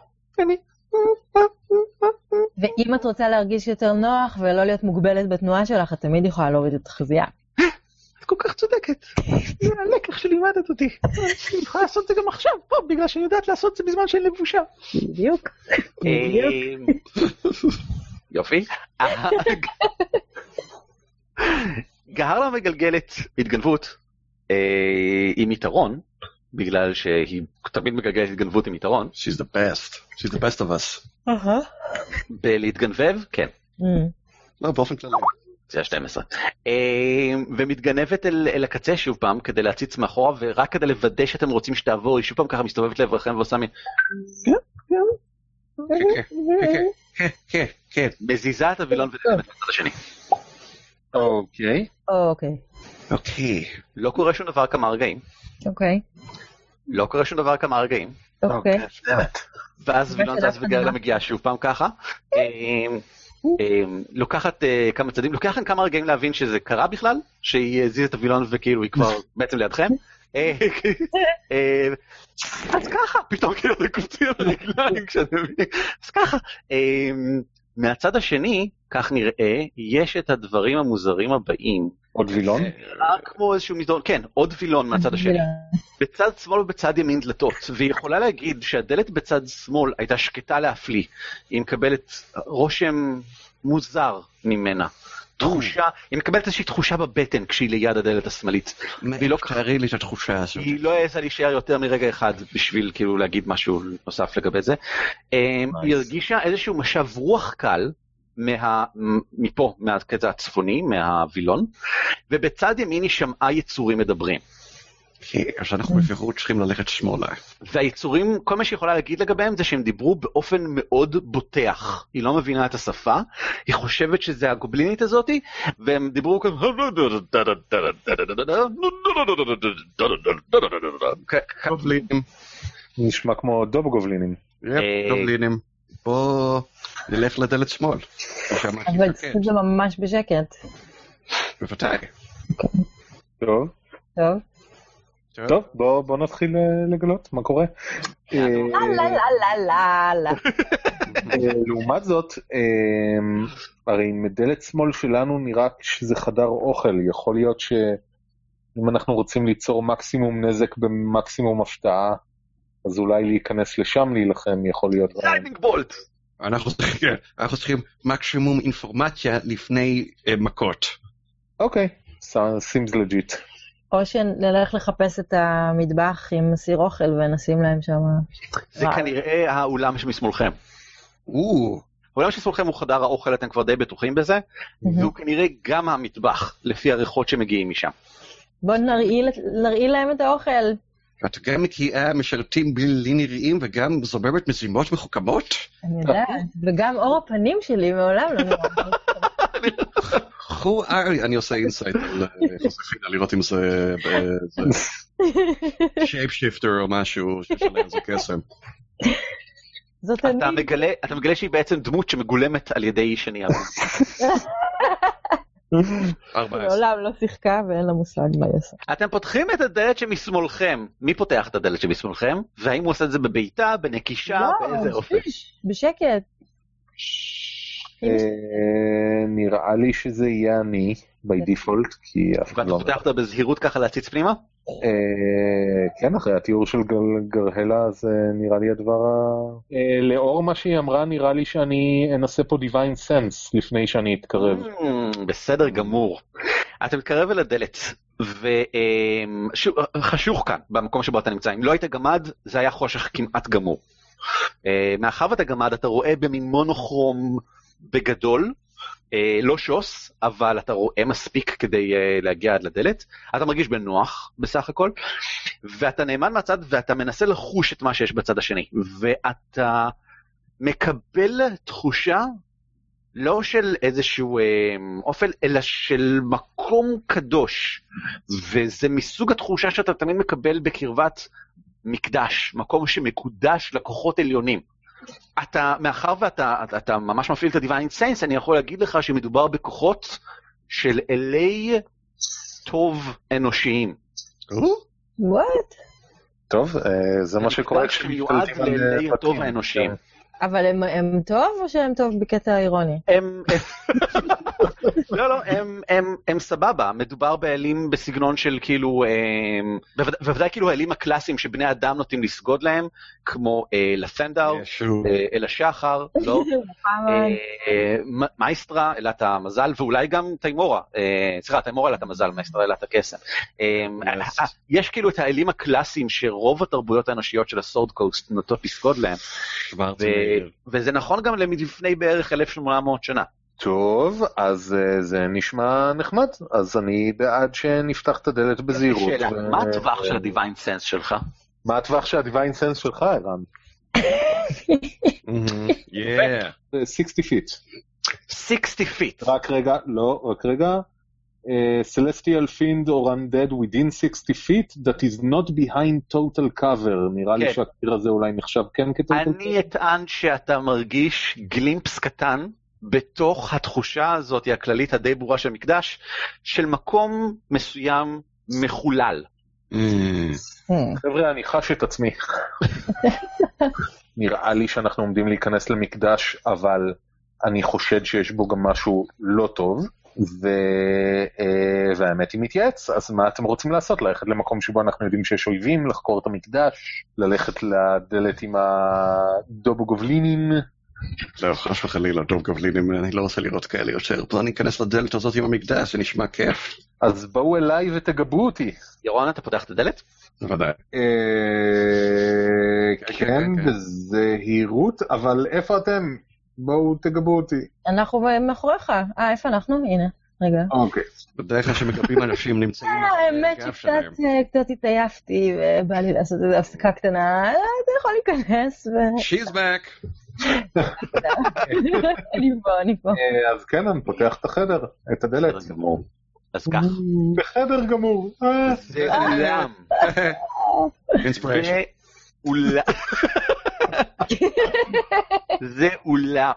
ואם את רוצה להרגיש יותר נוח ולא להיות מוגבלת בתנועה שלך, את תמיד יכולה להוריד את החזייה. את כל כך צודקת. זה הלקח שלימדת אותי. אני יכולה לעשות את זה גם עכשיו, פה, בגלל שאני יודעת לעשות את זה בזמן שאני לבושה. בדיוק. יופי. גהרלה מגלגלת התגנבות עם יתרון, בגלל שהיא תמיד מגלגלת התגנבות עם יתרון. She's the best. She's the best of us. בלהתגנבב, כן. לא, באופן כללי. זה ה-שתים עשרה. ומתגנבת אל, אל הקצה שוב פעם, כדי להציץ מאחורה, ורק כדי לוודא שאתם רוצים שתעבור, היא שוב פעם ככה מסתובבת לעברכם ועושה מין... כן, כן, כן. מזיזה את הווילון ונגנבת בצד השני. אוקיי. אוקיי. אוקיי. לא קורה שום דבר כמה רגעים. אוקיי. לא קורה שום דבר כמה רגעים. אוקיי. ואז וילון זז וגהרלה מגיעה שוב פעם ככה. לוקחת כמה צעדים, לוקח לכם כמה רגעים להבין שזה קרה בכלל, שהיא הזיז את הווילון וכאילו היא כבר בעצם לידכם. אז ככה, פתאום כאילו זה קופצים על הרגליים כשאתם מבינים. אז ככה, מהצד השני, כך נראה, יש את הדברים המוזרים הבאים. עוד וילון? רק כמו איזשהו מסדרון, כן, עוד וילון מהצד השני. בצד שמאל ובצד ימין דלתות, והיא יכולה להגיד שהדלת בצד שמאל הייתה שקטה להפליא, היא מקבלת רושם מוזר ממנה. תחושה, היא מקבלת איזושהי תחושה בבטן כשהיא ליד הדלת השמאלית. והיא לא תארי לי את התחושה הזאת. היא לא העזה להישאר יותר מרגע אחד בשביל כאילו להגיד משהו נוסף לגבי זה. היא הרגישה איזשהו משב רוח קל מה, מפה, מהקטע הצפוני, מהווילון, ובצד ימין היא שמעה יצורים מדברים. אז אנחנו בפירוט צריכים ללכת שמאלה. והיצורים, כל מה שיכולה להגיד לגביהם זה שהם דיברו באופן מאוד בוטח. היא לא מבינה את השפה, היא חושבת שזה הגובלינית הזאת, והם דיברו כזה... גובלינים. נשמע כמו דוב גובלינים. גובלינים. בוא נלך לדלת שמאל. אבל זה ממש בשקט. בוודאי. טוב. טוב. טוב, בוא, בוא נתחיל לגלות מה קורה. לא, לא, לא, לא, לא. לעומת זאת, הרי מדלת שמאל שלנו נראה שזה חדר אוכל. יכול להיות שאם אנחנו רוצים ליצור מקסימום נזק במקסימום הפתעה, אז אולי להיכנס לשם להילחם יכול להיות... לייטנינג בולט! אנחנו צריכים מקסימום אינפורמציה לפני מכות. אוקיי, seems legit. או שנלך לחפש את המטבח עם סיר אוכל ונשים להם שם... זה כנראה האולם שמשמאלכם. האולם שמשמאלכם הוא חדר האוכל, אתם כבר די בטוחים בזה, והוא כנראה גם המטבח, לפי הריחות שמגיעים משם. בואו נראי להם את האוכל. את גם מקיאה משרתים בלי נראים וגם זוממת מזימות מחוכמות? אני יודעת, וגם אור הפנים שלי מעולם לא נראה. חו ארי, אני עושה אינסייט על חוספינה, לראות אם זה שייפ שיפטר או משהו ששלם איזה קסם. זאת אני. אתה מגלה שהיא בעצם דמות שמגולמת על ידי איש עני. לעולם לא שיחקה ואין לה מושג מה יעשה. אתם פותחים את הדלת שמשמאלכם. מי פותח את הדלת שמשמאלכם? והאם הוא עושה את זה בביתה, בנקישה, באיזה אופן? בשקט. נראה לי שזה יהיה אני by default, כי אף אחד לא... ואתה פותח אותה בזהירות ככה להציץ פנימה? כן, אחרי התיאור של גרהלה זה נראה לי הדבר ה... לאור מה שהיא אמרה נראה לי שאני אנסה פה divine sense לפני שאני אתקרב. בסדר גמור. אתה מתקרב אל הדלת, וחשוך כאן במקום שבו אתה נמצא. אם לא היית גמד, זה היה חושך כמעט גמור. מאחר ואתה גמד, אתה רואה במין מונוכרום בגדול, לא שוס, אבל אתה רואה מספיק כדי להגיע עד לדלת, אתה מרגיש בנוח בסך הכל, ואתה נאמן מהצד ואתה מנסה לחוש את מה שיש בצד השני, ואתה מקבל תחושה לא של איזשהו אופל, אלא של מקום קדוש, וזה מסוג התחושה שאתה תמיד מקבל בקרבת מקדש, מקום שמקודש לכוחות עליונים. אתה, מאחר ואתה אתה ממש מפעיל את ה-Divine Sense, אני יכול להגיד לך שמדובר בכוחות של אלי טוב אנושיים. What? טוב, זה מה שקורה כשמיועד לאלי הטוב האנושיים. אבל הם, הם טוב או שהם טוב בקטע אירוני? הם... לא, לא, הם, הם, הם סבבה. מדובר באלים בסגנון של כאילו, בוודאי כאילו האלים הקלאסיים שבני אדם נוטים לסגוד להם, כמו לפנדר, אל השחר, לא? מייסטרה, אלת המזל, ואולי גם תימורה. סליחה, תימורה אלת המזל, מייסטרה אלת הקסם. יש כאילו את האלים הקלאסיים שרוב התרבויות האנושיות של הסורד קוסט נוטות לסגוד להם. וזה נכון גם לפני בערך אלף ושמונה מאות שנה. טוב, אז זה נשמע נחמד, אז אני בעד שנפתח את הדלת בזהירות. שאלה, מה הטווח של ה-Divine Sense שלך? מה הטווח של ה-Divine Sense שלך, ערן? Yeah. sixty feet. sixty feet. רק רגע, לא, רק רגע. Celestial Fiend or Undead within sixty feet that is not behind total cover. נראה לי שהקיר הזה אולי נחשב כן כטוטל cover. אני אטען שאתה מרגיש גלימפס קטן בתוך התחושה הזאת הכללית הדי ברורה של מקדש, של מקום מסוים מחולל. חבר'ה, אני חש את עצמי. נראה לי שאנחנו עומדים להיכנס למקדש, אבל אני חושד שיש בו גם משהו לא טוב. והאמת היא מתייעץ, אז מה אתם רוצים לעשות? ללכת למקום שבו אנחנו יודעים שיש אויבים, לחקור את המקדש, ללכת לדלת עם הדובו גובלינים? לא, חש וחלילה, דוב גובלינים, אני לא רוצה לראות כאלה יותר. בוא ניכנס לדלת הזאת עם המקדש, זה נשמע כיף. אז בואו אליי ותגבו אותי. ירון, אתה פותח את הדלת? בוודאי. כן, בזהירות, אבל איפה אתם? בואו תגבו אותי. אנחנו מאחוריך. אה, איפה אנחנו? הנה, רגע. אוקיי. בדרך כלל שמגבים אנשים נמצאים האמת שקצת התעייפתי, ובא לי לעשות איזו הפסקה קטנה, אתה יכול להיכנס. She's back. אני פה, אני פה. אז כן, אני פותח את החדר, את הדלת. אז כך. בחדר גמור. זה אולם. אינספיריישן. זה אולם.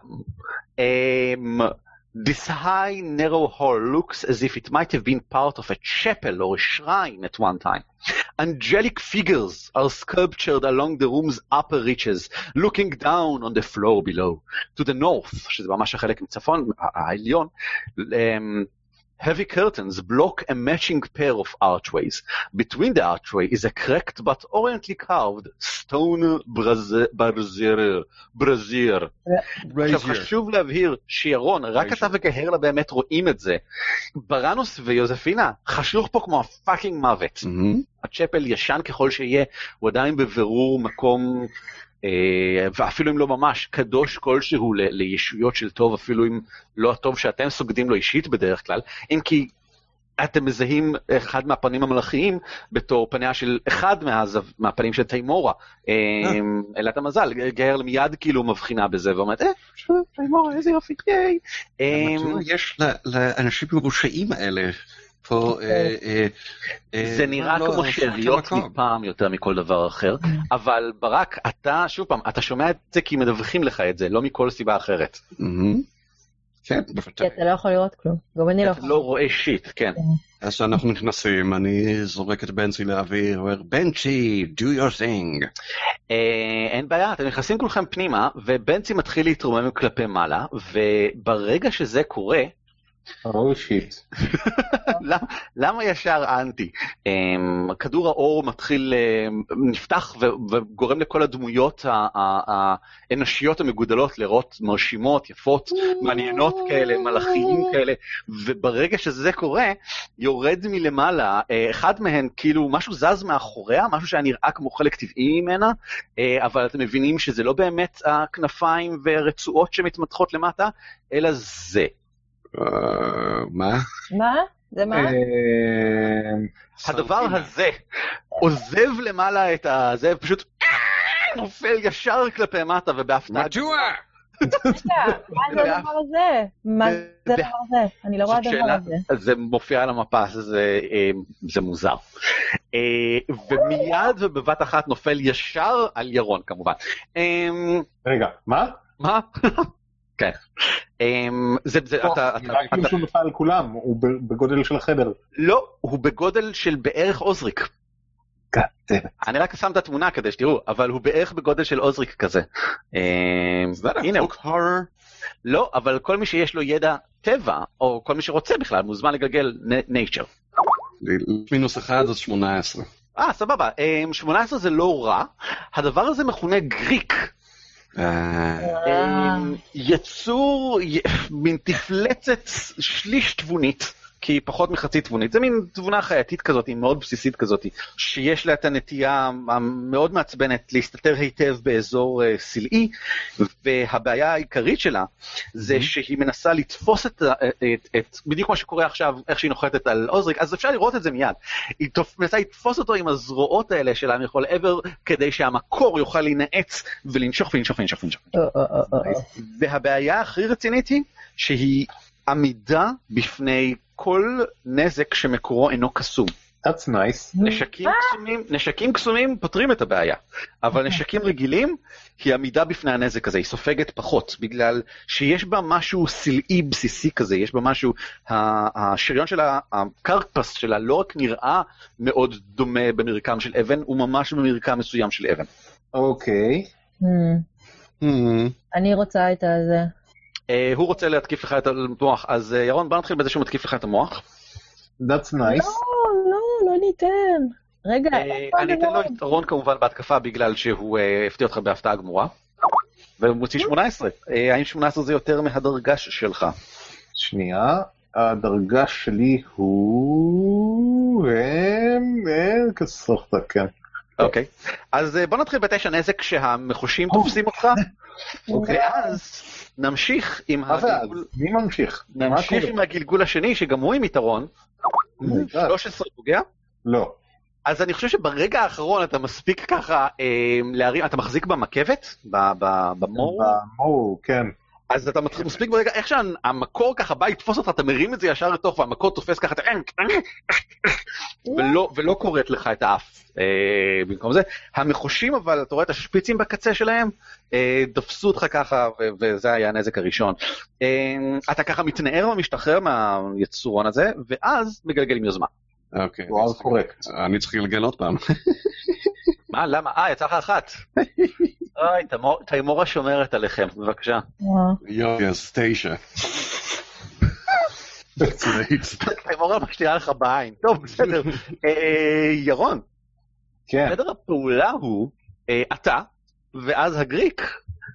This high, narrow hall looks as if it might have been part of a chapel or a shrine at one time. Angelic figures are sculptured along the room's upper reaches, looking down on the floor below. To the north, שזה ממש החלק מצפון, העליון, um, heavy curtains block a matching pair of archways. Between the archway is a cracked but orientally carved stone brazier. brazier. עכשיו חשוב להבהיר שירון, רק אתה וגהרלה באמת רואים את זה. ברנוס ויוזפינה חשוך פה כמו הפאקינג מוות. הצ'פל ישן ככל שיהיה, הוא עדיין בבירור מקום... ואפילו אם לא ממש קדוש כלשהו לישויות של טוב, אפילו אם לא הטוב שאתם סוגדים לו אישית בדרך כלל, אם כי אתם מזהים אחד מהפנים המלאכיים בתור פניה של אחד מהפנים של תימורה, אלת המזל, גאר מיד כאילו מבחינה בזה ואומרת, אה, תימורה, איזה יופי, ייי. יש לאנשים מרושעים האלה, זה נראה כמו שאריות מפעם יותר מכל דבר אחר, אבל ברק, אתה, שוב פעם, אתה שומע את זה כי מדווחים לך את זה, לא מכל סיבה אחרת. כן, כי אתה לא יכול לראות כלום, גם אני לא יכול. אתה לא רואה שיט, כן. אז שאנחנו נכנסים, אני זורק את בנצי לאוויר, אומר, בנצי, do your thing. אין בעיה, אתם נכנסים כולכם פנימה, ובנצי מתחיל להתרומם כלפי מעלה, וברגע שזה קורה, או שיט. למה ישר אנטי? כדור האור מתחיל, נפתח וגורם לכל הדמויות האנושיות המגודלות לראות מרשימות, יפות, מעניינות כאלה, מלאכיים כאלה, וברגע שזה קורה, יורד מלמעלה, אחד מהן כאילו משהו זז מאחוריה, משהו שהיה נראה כמו חלק טבעי ממנה, אבל אתם מבינים שזה לא באמת הכנפיים ורצועות שמתמתחות למטה, אלא זה. מה? מה? זה מה? הדבר הזה עוזב למעלה את הזה, פשוט נופל ישר כלפי מטה ובהפתעה. מדוע? מה זה הדבר הזה? מה זה הדבר הזה? אני לא רואה הדבר הזה. זה מופיע על המפה, זה מוזר. ומיד ובבת אחת נופל ישר על ירון כמובן. רגע, מה? מה? כן. זה, זה, אתה... נראה כאילו שהוא נופל על כולם, הוא בגודל של החדר. לא, הוא בגודל של בערך עוזריק. אני רק שם את התמונה כדי שתראו, אבל הוא בערך בגודל של עוזריק כזה. הנה הוא. לא, אבל כל מי שיש לו ידע טבע, או כל מי שרוצה בכלל, מוזמן לגלגל nature. מינוס אחד אז שמונה עשרה. אה, סבבה. שמונה עשרה זה לא רע. הדבר הזה מכונה גריק. יצור מין תפלצת שליש תבונית, כי פחות מחצי תבונית, זה מין תבונה חייתית כזאת, מאוד בסיסית כזאת, שיש לה את הנטייה המאוד מעצבנת להסתתר היטב באזור סלעי, והבעיה העיקרית שלה זה שהיא מנסה לתפוס את, את, את בדיוק מה שקורה עכשיו, איך שהיא נוחתת על עוזריק, אז אפשר לראות את זה מיד, היא מנסה לתפוס אותו עם הזרועות האלה שלה מכל עבר, כדי שהמקור יוכל להינעץ ולנשוך ולנשוך ולנשוך ולנשוך. והבעיה הכי רצינית היא שהיא עמידה בפני כל נזק שמקורו אינו קסום. That's nice. נשקים קסומים, נשקים קסומים פותרים את הבעיה, אבל נשקים רגילים היא עמידה בפני הנזק הזה, היא סופגת פחות, בגלל שיש בה משהו סלעי בסיסי כזה, יש בה משהו, השריון שלה, הקרפס שלה לא רק נראה מאוד דומה במרקם של אבן, הוא ממש במרקם מסוים של אבן. אוקיי. אני רוצה את הזה. הוא רוצה להתקיף לך את המוח, אז ירון, בוא נתחיל בזה שהוא מתקיף לך את המוח. That's nice. לא, לא, לא ניתן. רגע, אני אתן לו יתרון כמובן בהתקפה בגלל שהוא הפתיע אותך בהפתעה גמורה. והוא מוציא שמונה עשרה. האם שמונה עשרה זה יותר מהדרגה שלך? שנייה, הדרגה שלי הוא... כסוכת, כן. אוקיי, אז בוא נתחיל בתשע נזק שהמחושים תופסים אותך, ואז נמשיך עם הגלגול... מי ממשיך? נמשיך עם הגלגול השני שגם הוא עם יתרון. שלוש עשרה פוגע? לא. אז אני חושב שברגע האחרון אתה מספיק ככה להרים, אתה מחזיק במקבת? במור? במור, כן. אז אתה מספיק ברגע, איך שהמקור ככה בא לתפוס אותך, אתה מרים את זה ישר לתוך, והמקור תופס ככה, ולא קורט לך את האף במקום זה. המחושים אבל, אתה רואה את השפיצים בקצה שלהם, דפסו אותך ככה, וזה היה הנזק הראשון. אתה ככה מתנער ומשתחרר מהיצורון הזה, ואז מגלגל עם יוזמה. אוקיי. וואו, קורקט. אני צריך לגלגל עוד פעם. מה, למה? אה, יצא לך אחת. אוי, תימורה שומרת עליכם, בבקשה. יוס, תשע. תימורה משתירה לך בעין. טוב, בסדר. ירון. כן. סדר הפעולה הוא, אתה, ואז הגריק,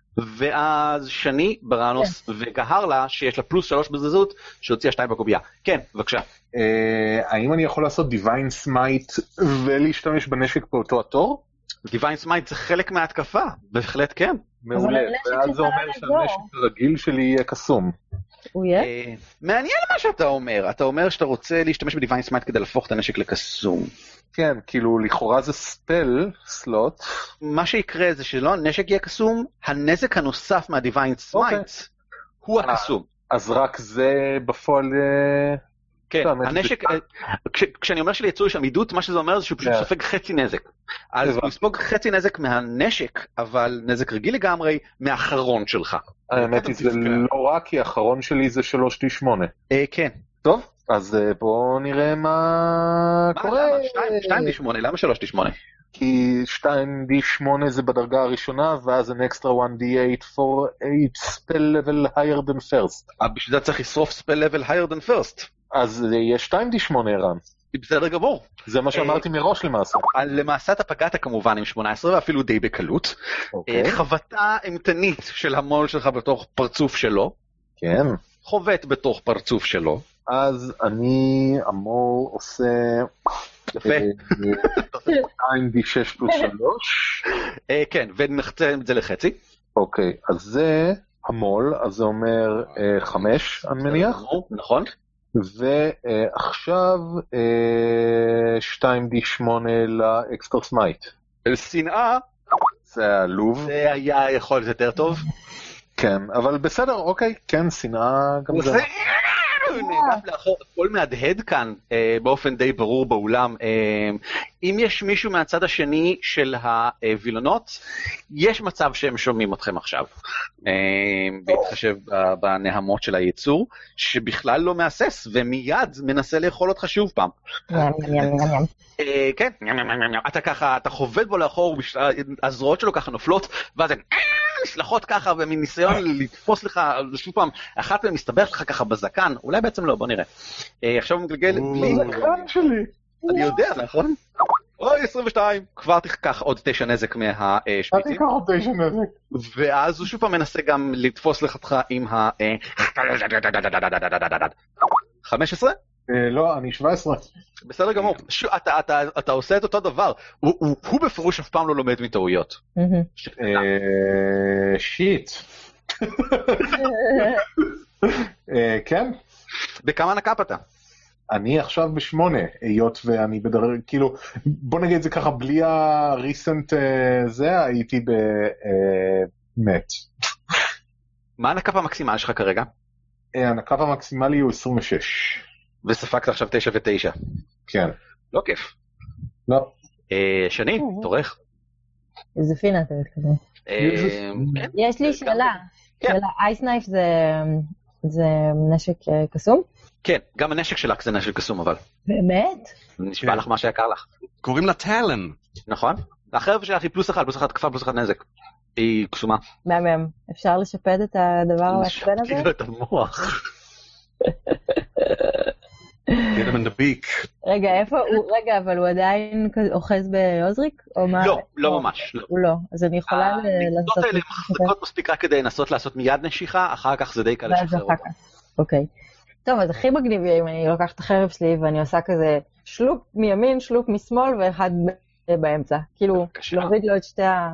ואז שני, בראנוס, וגהרלה, שיש לה פלוס שלוש בזזות, שהוציאה שתיים בקובייה. כן, בבקשה. האם אני יכול לעשות Divine Smite ולהשתמש בנשק באותו התור? Divine Smite זה חלק מההתקפה, בהחלט כן. מעולה, ואז זה אומר שהנשק הרגיל שלי יהיה קסום. הוא יהיה? מעניין מה שאתה אומר, אתה אומר שאתה רוצה להשתמש ב-Divine Smite כדי להפוך את הנשק לקסום. כן, כאילו לכאורה זה ספל, סלוט. מה שיקרה זה שלא הנשק יהיה קסום, הנזק הנוסף מה-Divine Smite הוא הקסום. אז רק זה בפועל... כן, הנשק, כשאני אומר שלי יצור יש עמידות, מה שזה אומר זה שהוא פשוט סופג חצי נזק. אז הוא יספוג חצי נזק מהנשק, אבל נזק רגיל לגמרי מהאחרון שלך. האמת היא זה לא רק, כי האחרון שלי זה שלוש די שמונה. כן. טוב, אז בואו נראה מה קורה. שתיים די שמונה, למה שלוש די שמונה? כי שתיים די שמונה זה בדרגה הראשונה, ואז an extra one די eight for a spell level higher than first. בשביל זה צריך לשרוף spell level higher than first. אז יש שתיים די שמונה, ערן. בסדר גמור. זה מה שאמרתי מראש למעשה. למעשה אתה פגעת כמובן עם שמונה עשרה, ואפילו די בקלות. חבטה אימתנית של המול שלך בתוך פרצוף שלו. כן. חובט בתוך פרצוף שלו. אז אני, המול עושה... יפה. שתיים די שש פלוס שלוש. כן, ונחצה את זה לחצי. אוקיי, אז זה המול, אז זה אומר חמש, אני מניח. נכון. ועכשיו שתיים די שמונה לאקסטרה סמייט. שנאה. זה הלוב. זה היה יכול להיות יותר טוב. כן, אבל בסדר, אוקיי, כן, שנאה גם זה. הוא נעגף לאחור, הכל מהדהד כאן באופן די ברור באולם. אם יש מישהו מהצד השני של הווילונות, יש מצב שהם שומעים אתכם עכשיו. בהתחשב בנהמות של היצור, שבכלל לא מאסס, ומיד מנסה לאכול אותך שוב פעם. כן, אתה ככה, אתה חובד בו לאחור, הזרועות שלו ככה נופלות, ואז הן נשלחות ככה, ומין ניסיון לתפוס לך שוב פעם, אחת מהם מסתבך לך ככה בזקן, אולי בעצם לא, בוא נראה. עכשיו הוא מגלגל בלי... זקן שלי. אני יודע, נכון? אוי, עשרים ושתיים, כבר תיקח עוד תשע נזק מהשפיצים. תיקח עוד תשע נזק. ואז הוא שוב פעם מנסה גם לתפוס לך עם ה... חמש עשרה? לא, אני שבע עשרה. בסדר גמור. אתה עושה את אותו דבר. הוא בפירוש אף פעם לא לומד מטעויות. שיט. כן? בכמה נקאפ אתה? אני עכשיו בשמונה, היות ואני בדרך, כאילו, בוא נגיד את זה ככה, בלי הריסנט זה, הייתי במת. מה הנקאפ המקסימל שלך כרגע? הנקאפ המקסימלי הוא עשרים ושש. וספקת עכשיו תשע ותשע. כן. לא כיף. לא. שני, תורך. איזה פינה אתה מתכוון. יש לי שאלה. שאלה, אייס נייף זה נשק קסום? כן, גם הנשק שלך זה נשק קסום, אבל. באמת? נשבע לך מה שיקר לך. קוראים לה טלן. נכון. החרב שלך היא פלוס אחד, פלוס אחד תקפה, פלוס אחד נזק. היא קסומה. מהמם. אפשר לשפד את הדבר המעצבן הזה? לשפד לו את המוח. get him in the beak. רגע, איפה הוא, רגע, אבל הוא עדיין אוחז בעוזריק? או מה? לא, לא ממש, לא. הוא לא, אז אני יכולה לעשות... הנקודות האלה מחזקות מספיק רק כדי לנסות לעשות מיד נשיכה, אחר כך זה די קל לשחרר אותה. אוקיי. טוב, אז הכי מגניב יהיה אם אני לוקחת את החרב שלי ואני עושה כזה שלוק מימין, שלוק משמאל ואחד באמצע. כאילו, להוריד לו את שתי ה...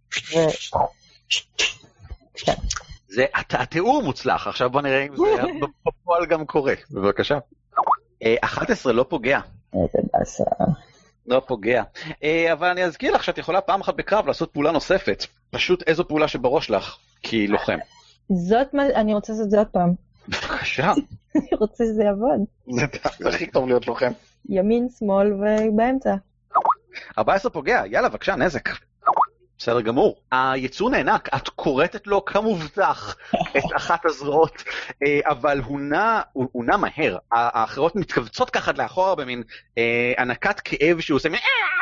זה התיאור מוצלח, עכשיו בוא נראה אם זה בפועל גם קורה. בבקשה. אחת עשרה לא פוגע. איזה באסה. לא פוגע. אבל אני אזכיר לך שאת יכולה פעם אחת בקרב לעשות פעולה נוספת. פשוט איזו פעולה שבראש לך, כי לוחם. זאת מה, אני רוצה לעשות זה עוד פעם. בבקשה. אני רוצה שזה יעבוד. זה הכי טוב להיות לוחם. ימין, שמאל ובאמצע. ארבע עשרה פוגע, יאללה, בבקשה, נזק. בסדר גמור. היצור נענק, את קורטת לו כמובטח את אחת הזרועות, אבל הוא נע, הוא, הוא נע מהר. האחרות מתכווצות ככה לאחורה במין ענקת כאב שהוא עושה,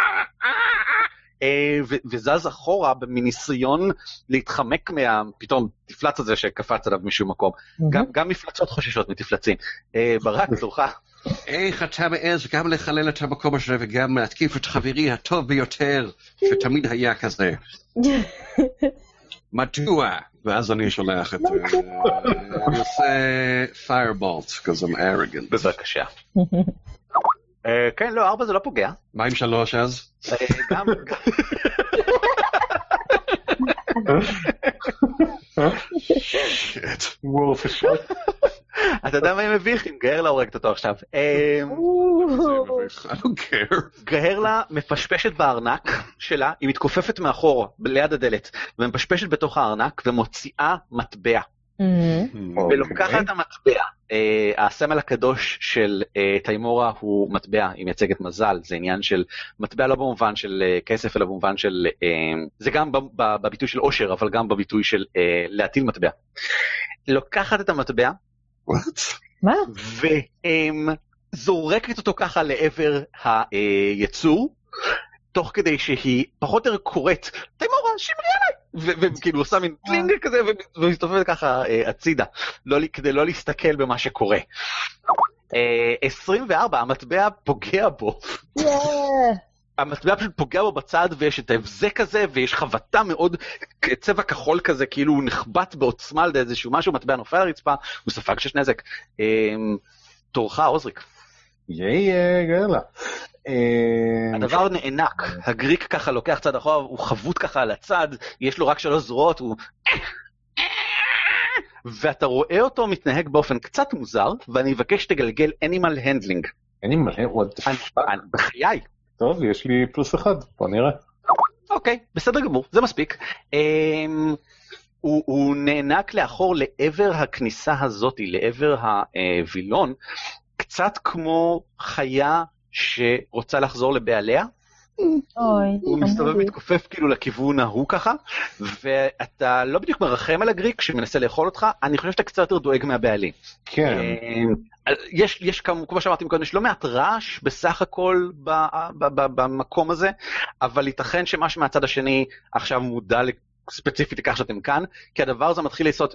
וזז אחורה בניסיון להתחמק מהפתאום תפלץ הזה שקפץ עליו משום מקום. גם, גם מפלצות חוששות מתפלצים. ברק, תורך. איך אתה מעז גם לחלל את המקום הזה וגם להתקיף את חברי הטוב ביותר שתמיד היה כזה. מדוע? ואז אני שולח את... אני עושה firebolt, because I'm arrogant. בבקשה. כן, לא, ארבע זה לא פוגע. מה עם שלוש אז? גם... שיט. וורף השוט. אתה יודע מה היא מביך? אם גהרלה הורגת אותו עכשיו. I don't care. גהרלה מפשפשת בארנק שלה, היא מתכופפת מאחור, ליד הדלת, ומפשפשת בתוך הארנק ומוציאה מטבע. ולוקחת את המטבע. הסמל הקדוש של תיימורה הוא מטבע, היא מייצגת מזל, זה עניין של מטבע לא במובן של כסף, אלא במובן של, זה גם בביטוי של עושר, אבל גם בביטוי של להטיל מטבע. לוקחת את המטבע, מה? וזורקת אותו ככה לעבר היצור, תוך כדי שהיא פחות או יותר קוראת, תיימורה, שמרי עליי! וכאילו עושה מין טלינג כזה, ומסתובבת ככה הצידה, כדי לא להסתכל במה שקורה. עשרים וארבע, המטבע פוגע בו. המטבע פשוט פוגע בו בצד, ויש את ההבזק הזה, ויש חבטה מאוד, צבע כחול כזה, כאילו הוא נחבט בעוצמה על איזשהו משהו, מטבע נופל על הרצפה, הוא ספג שיש נזק. תורך, עוזריק. יאי, גרלה. הדבר נענק, הגריק ככה לוקח צד אחורה, הוא חבוט ככה על הצד, יש לו רק שלוש זרועות, הוא... ואתה רואה אותו מתנהג באופן קצת מוזר, ואני אבקש שתגלגל animal handling. animal handling? what the fuck? בחיי. טוב, יש לי פלוס אחד, בוא נראה. אוקיי, בסדר גמור, זה מספיק. הוא, הוא נענק לאחור לעבר הכניסה הזאת, לעבר הווילון, קצת כמו חיה שרוצה לחזור לבעליה. אוי. הוא מסתובב מתכופף כאילו לכיוון ההוא ככה, ואתה לא בדיוק מרחם על הגריק שמנסה לאכול אותך, אני חושב שאתה קצת יותר דואג מהבעלים. כן. יש, יש כמו שאמרתי מקודם, יש לא מעט רעש בסך הכל ב, ב, ב, במקום הזה, אבל ייתכן שמה שמהצד השני עכשיו מודע ספציפית לכך שאתם כאן, כי הדבר הזה מתחיל לעשות...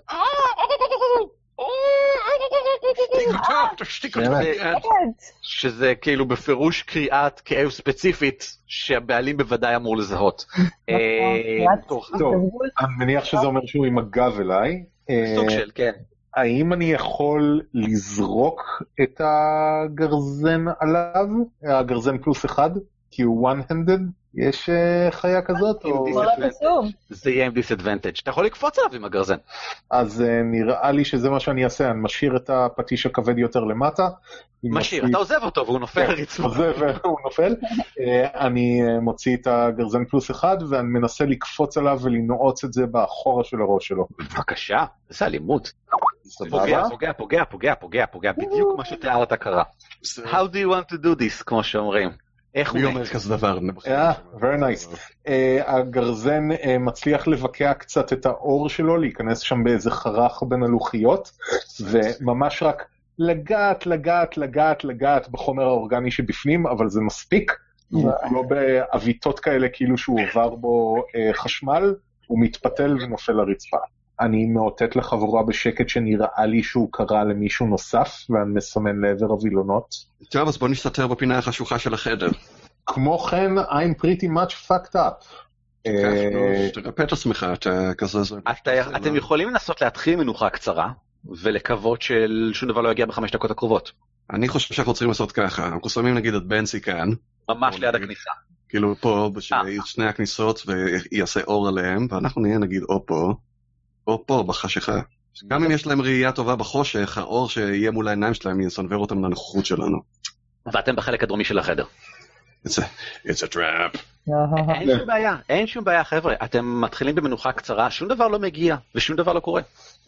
שזה כאילו בפירוש קריאת כאב ספציפית שהבעלים בוודאי אמור לזהות. טוב, אני מניח שזה אומר שהוא עם הגב אליי. סוג של, כן. האם אני יכול לזרוק את הגרזן עליו? הגרזן פלוס אחד? כי הוא one-handed? יש חיה כזאת? זה יהיה עם disadvantage. אתה יכול לקפוץ עליו עם הגרזן. אז נראה לי שזה מה שאני אעשה, אני משאיר את הפטיש הכבד יותר למטה. משאיר, אתה עוזב אותו והוא נופל לרצפה. עוזב והוא נופל. אני מוציא את הגרזן פלוס אחד ואני מנסה לקפוץ עליו ולנעוץ את זה באחורה של הראש שלו. בבקשה, זה אלימות. פוגע, פוגע, פוגע, פוגע, פוגע, פוגע, בדיוק מה שתיארת קרה. How do you want to do this, כמו שאומרים. איך הוא אומר כזה דבר? Yeah, very nice. הגרזן מצליח לבקע קצת את האור שלו, להיכנס שם באיזה חרך בין הלוחיות, וממש רק לגעת, לגעת, לגעת, לגעת בחומר האורגני שבפנים, אבל זה מספיק, לא באביתות כאלה כאילו שהוא עבר בו חשמל, הוא מתפתל ונופל לרצפה. אני מאותת לחבורה בשקט שנראה לי שהוא קרא למישהו נוסף, ואני מסמן לעבר הווילונות. טוב, אז בוא נסתתר בפינה החשוכה של החדר. כמו כן, I'm pretty much fucked up. תרפא את עצמך, אתה כזה... אתם יכולים לנסות להתחיל מנוחה קצרה, ולקוות ששום דבר לא יגיע בחמש דקות הקרובות. אני חושב שאנחנו צריכים לעשות ככה, אנחנו שמים נגיד את בנסי כאן. ממש ליד הכניסה. כאילו פה, בשני הכניסות, ויעשה אור עליהם, ואנחנו נהיה נגיד או פה, או פה בחשיכה. גם אם יש להם ראייה טובה בחושך, האור שיהיה מול העיניים שלהם יסנבר אותם לנוכחות שלנו. ואתם בחלק הדרומי של החדר. It's a, it's a trap. אין שום בעיה, אין שום בעיה חבר'ה, אתם מתחילים במנוחה קצרה, שום דבר לא מגיע ושום דבר לא קורה.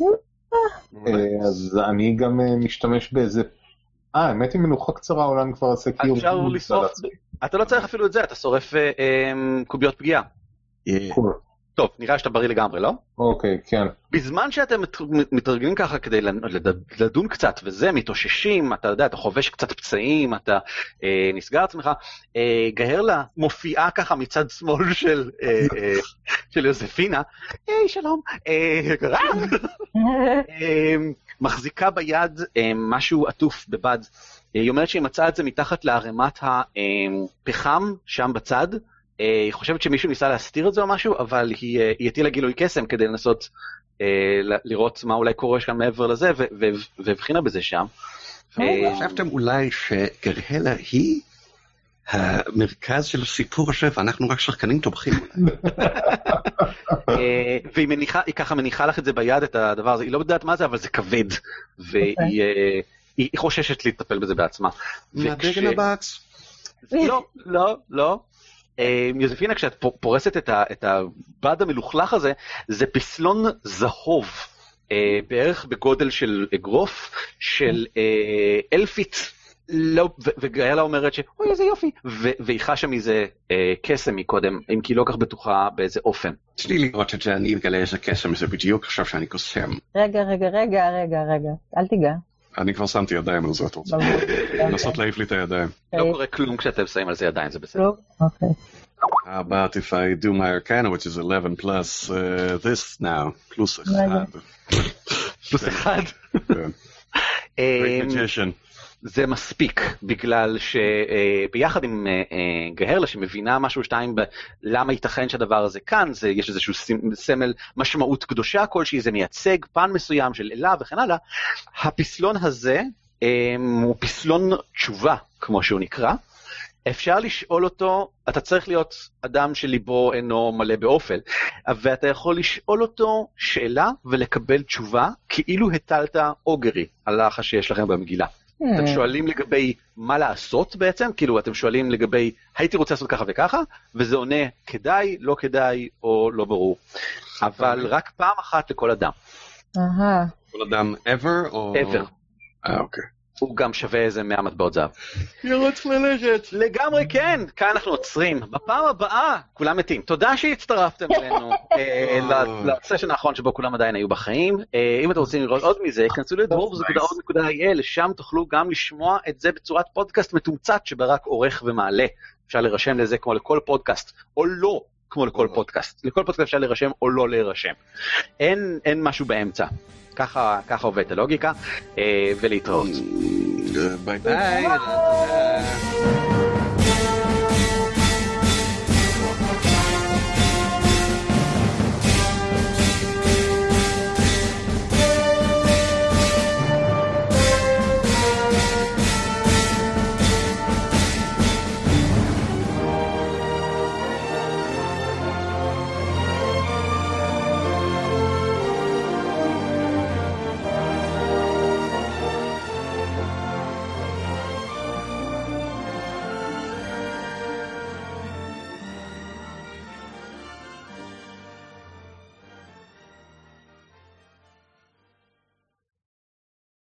אז אני גם משתמש באיזה... אה, האמת היא מנוחה קצרה, אולי אני כבר עושה קיום. אפשר לשרוף, אתה לא צריך אפילו את זה, אתה שורף קוביות פגיעה. טוב, נראה שאתה בריא לגמרי, לא? אוקיי, כן. בזמן שאתם מתרגלים ככה כדי לדון קצת, וזה, מתאוששים, אתה יודע, אתה חובש קצת פצעים, אתה אה, נסגר עצמך, אה, גהרלה מופיעה ככה מצד שמאל של, אה, אה, של יוזפינה, היי, שלום, אה, אה, מחזיקה ביד אה, משהו עטוף בבד, אה, היא אומרת שהיא מצאה את זה מתחת לערימת הפחם שם בצד, היא חושבת שמישהו ניסה להסתיר את זה או משהו, אבל היא, היא הטילה גילוי קסם כדי לנסות אה, לראות מה אולי קורה כאן מעבר לזה, והבחינה בזה שם. חשבתם אולי שגרהלה היא המרכז של הסיפור הזה, ואנחנו רק שחקנים תומכים. והיא מניחה, היא ככה מניחה לך את זה ביד, את הדבר הזה, היא לא יודעת מה זה, אבל זה כבד, והיא היא חוששת להתטפל בזה בעצמה. מהדגן הבקס? לא, לא, לא. יוזפינה, כשאת פורסת את הבד המלוכלך הזה, זה פסלון זהוב, בערך בגודל של אגרוף, של אלפית, וגאלה אומרת שאוי איזה יופי, והיא חשה מזה קסם מקודם, אם כי לא כך בטוחה באיזה אופן. תשני לראות את זה, אני אגלה איזה קסם, זה בדיוק עכשיו שאני קוסם. רגע, רגע, רגע, רגע, רגע, אל תיגע. אני כבר שמתי ידיים על זה, את רוצה. לנסות להעיף לי את הידיים. לא קורה כלום כשאתם שמים על זה ידיים, זה בסדר. אוקיי. How about if I do my arcana, which is eleven plus uh, this now, plus אחד. פלוס אחד. Great magician. זה מספיק, בגלל שביחד עם גהרלה שמבינה משהו שתיים למה ייתכן שהדבר הזה כאן, זה, יש איזשהו סמל משמעות קדושה כלשהי, זה מייצג פן מסוים של אלה וכן הלאה, הפסלון הזה הוא פסלון תשובה, כמו שהוא נקרא, אפשר לשאול אותו, אתה צריך להיות אדם שליבו אינו מלא באופל, ואתה יכול לשאול אותו שאלה ולקבל תשובה, כאילו הטלת אוגרי על הלחש שיש לכם במגילה. אתם שואלים לגבי מה לעשות בעצם, כאילו אתם שואלים לגבי הייתי רוצה לעשות ככה וככה, וזה עונה כדאי, לא כדאי או לא ברור. אבל רק פעם אחת לכל אדם. כל אדם ever או... ever. אה, אוקיי. הוא גם שווה איזה מאה מטבעות זהב. ירוץ ללכת. לגמרי כן, כאן אנחנו עוצרים. בפעם הבאה כולם מתים. תודה שהצטרפתם אלינו לסשן האחרון שבו כולם עדיין היו בחיים. אם אתם רוצים לראות עוד מזה, כנסו לדוורבס נקודה או נקודה איי אל, שם תוכלו גם לשמוע את זה בצורת פודקאסט מתומצת שברק עורך ומעלה. אפשר להירשם לזה כמו לכל פודקאסט, או לא כמו לכל פודקאסט. לכל פודקאסט אפשר להירשם או לא להירשם. אין, אין משהו באמצע. ככה, ככה עובדת הלוגיקה, ולהתראות. ביי ביי.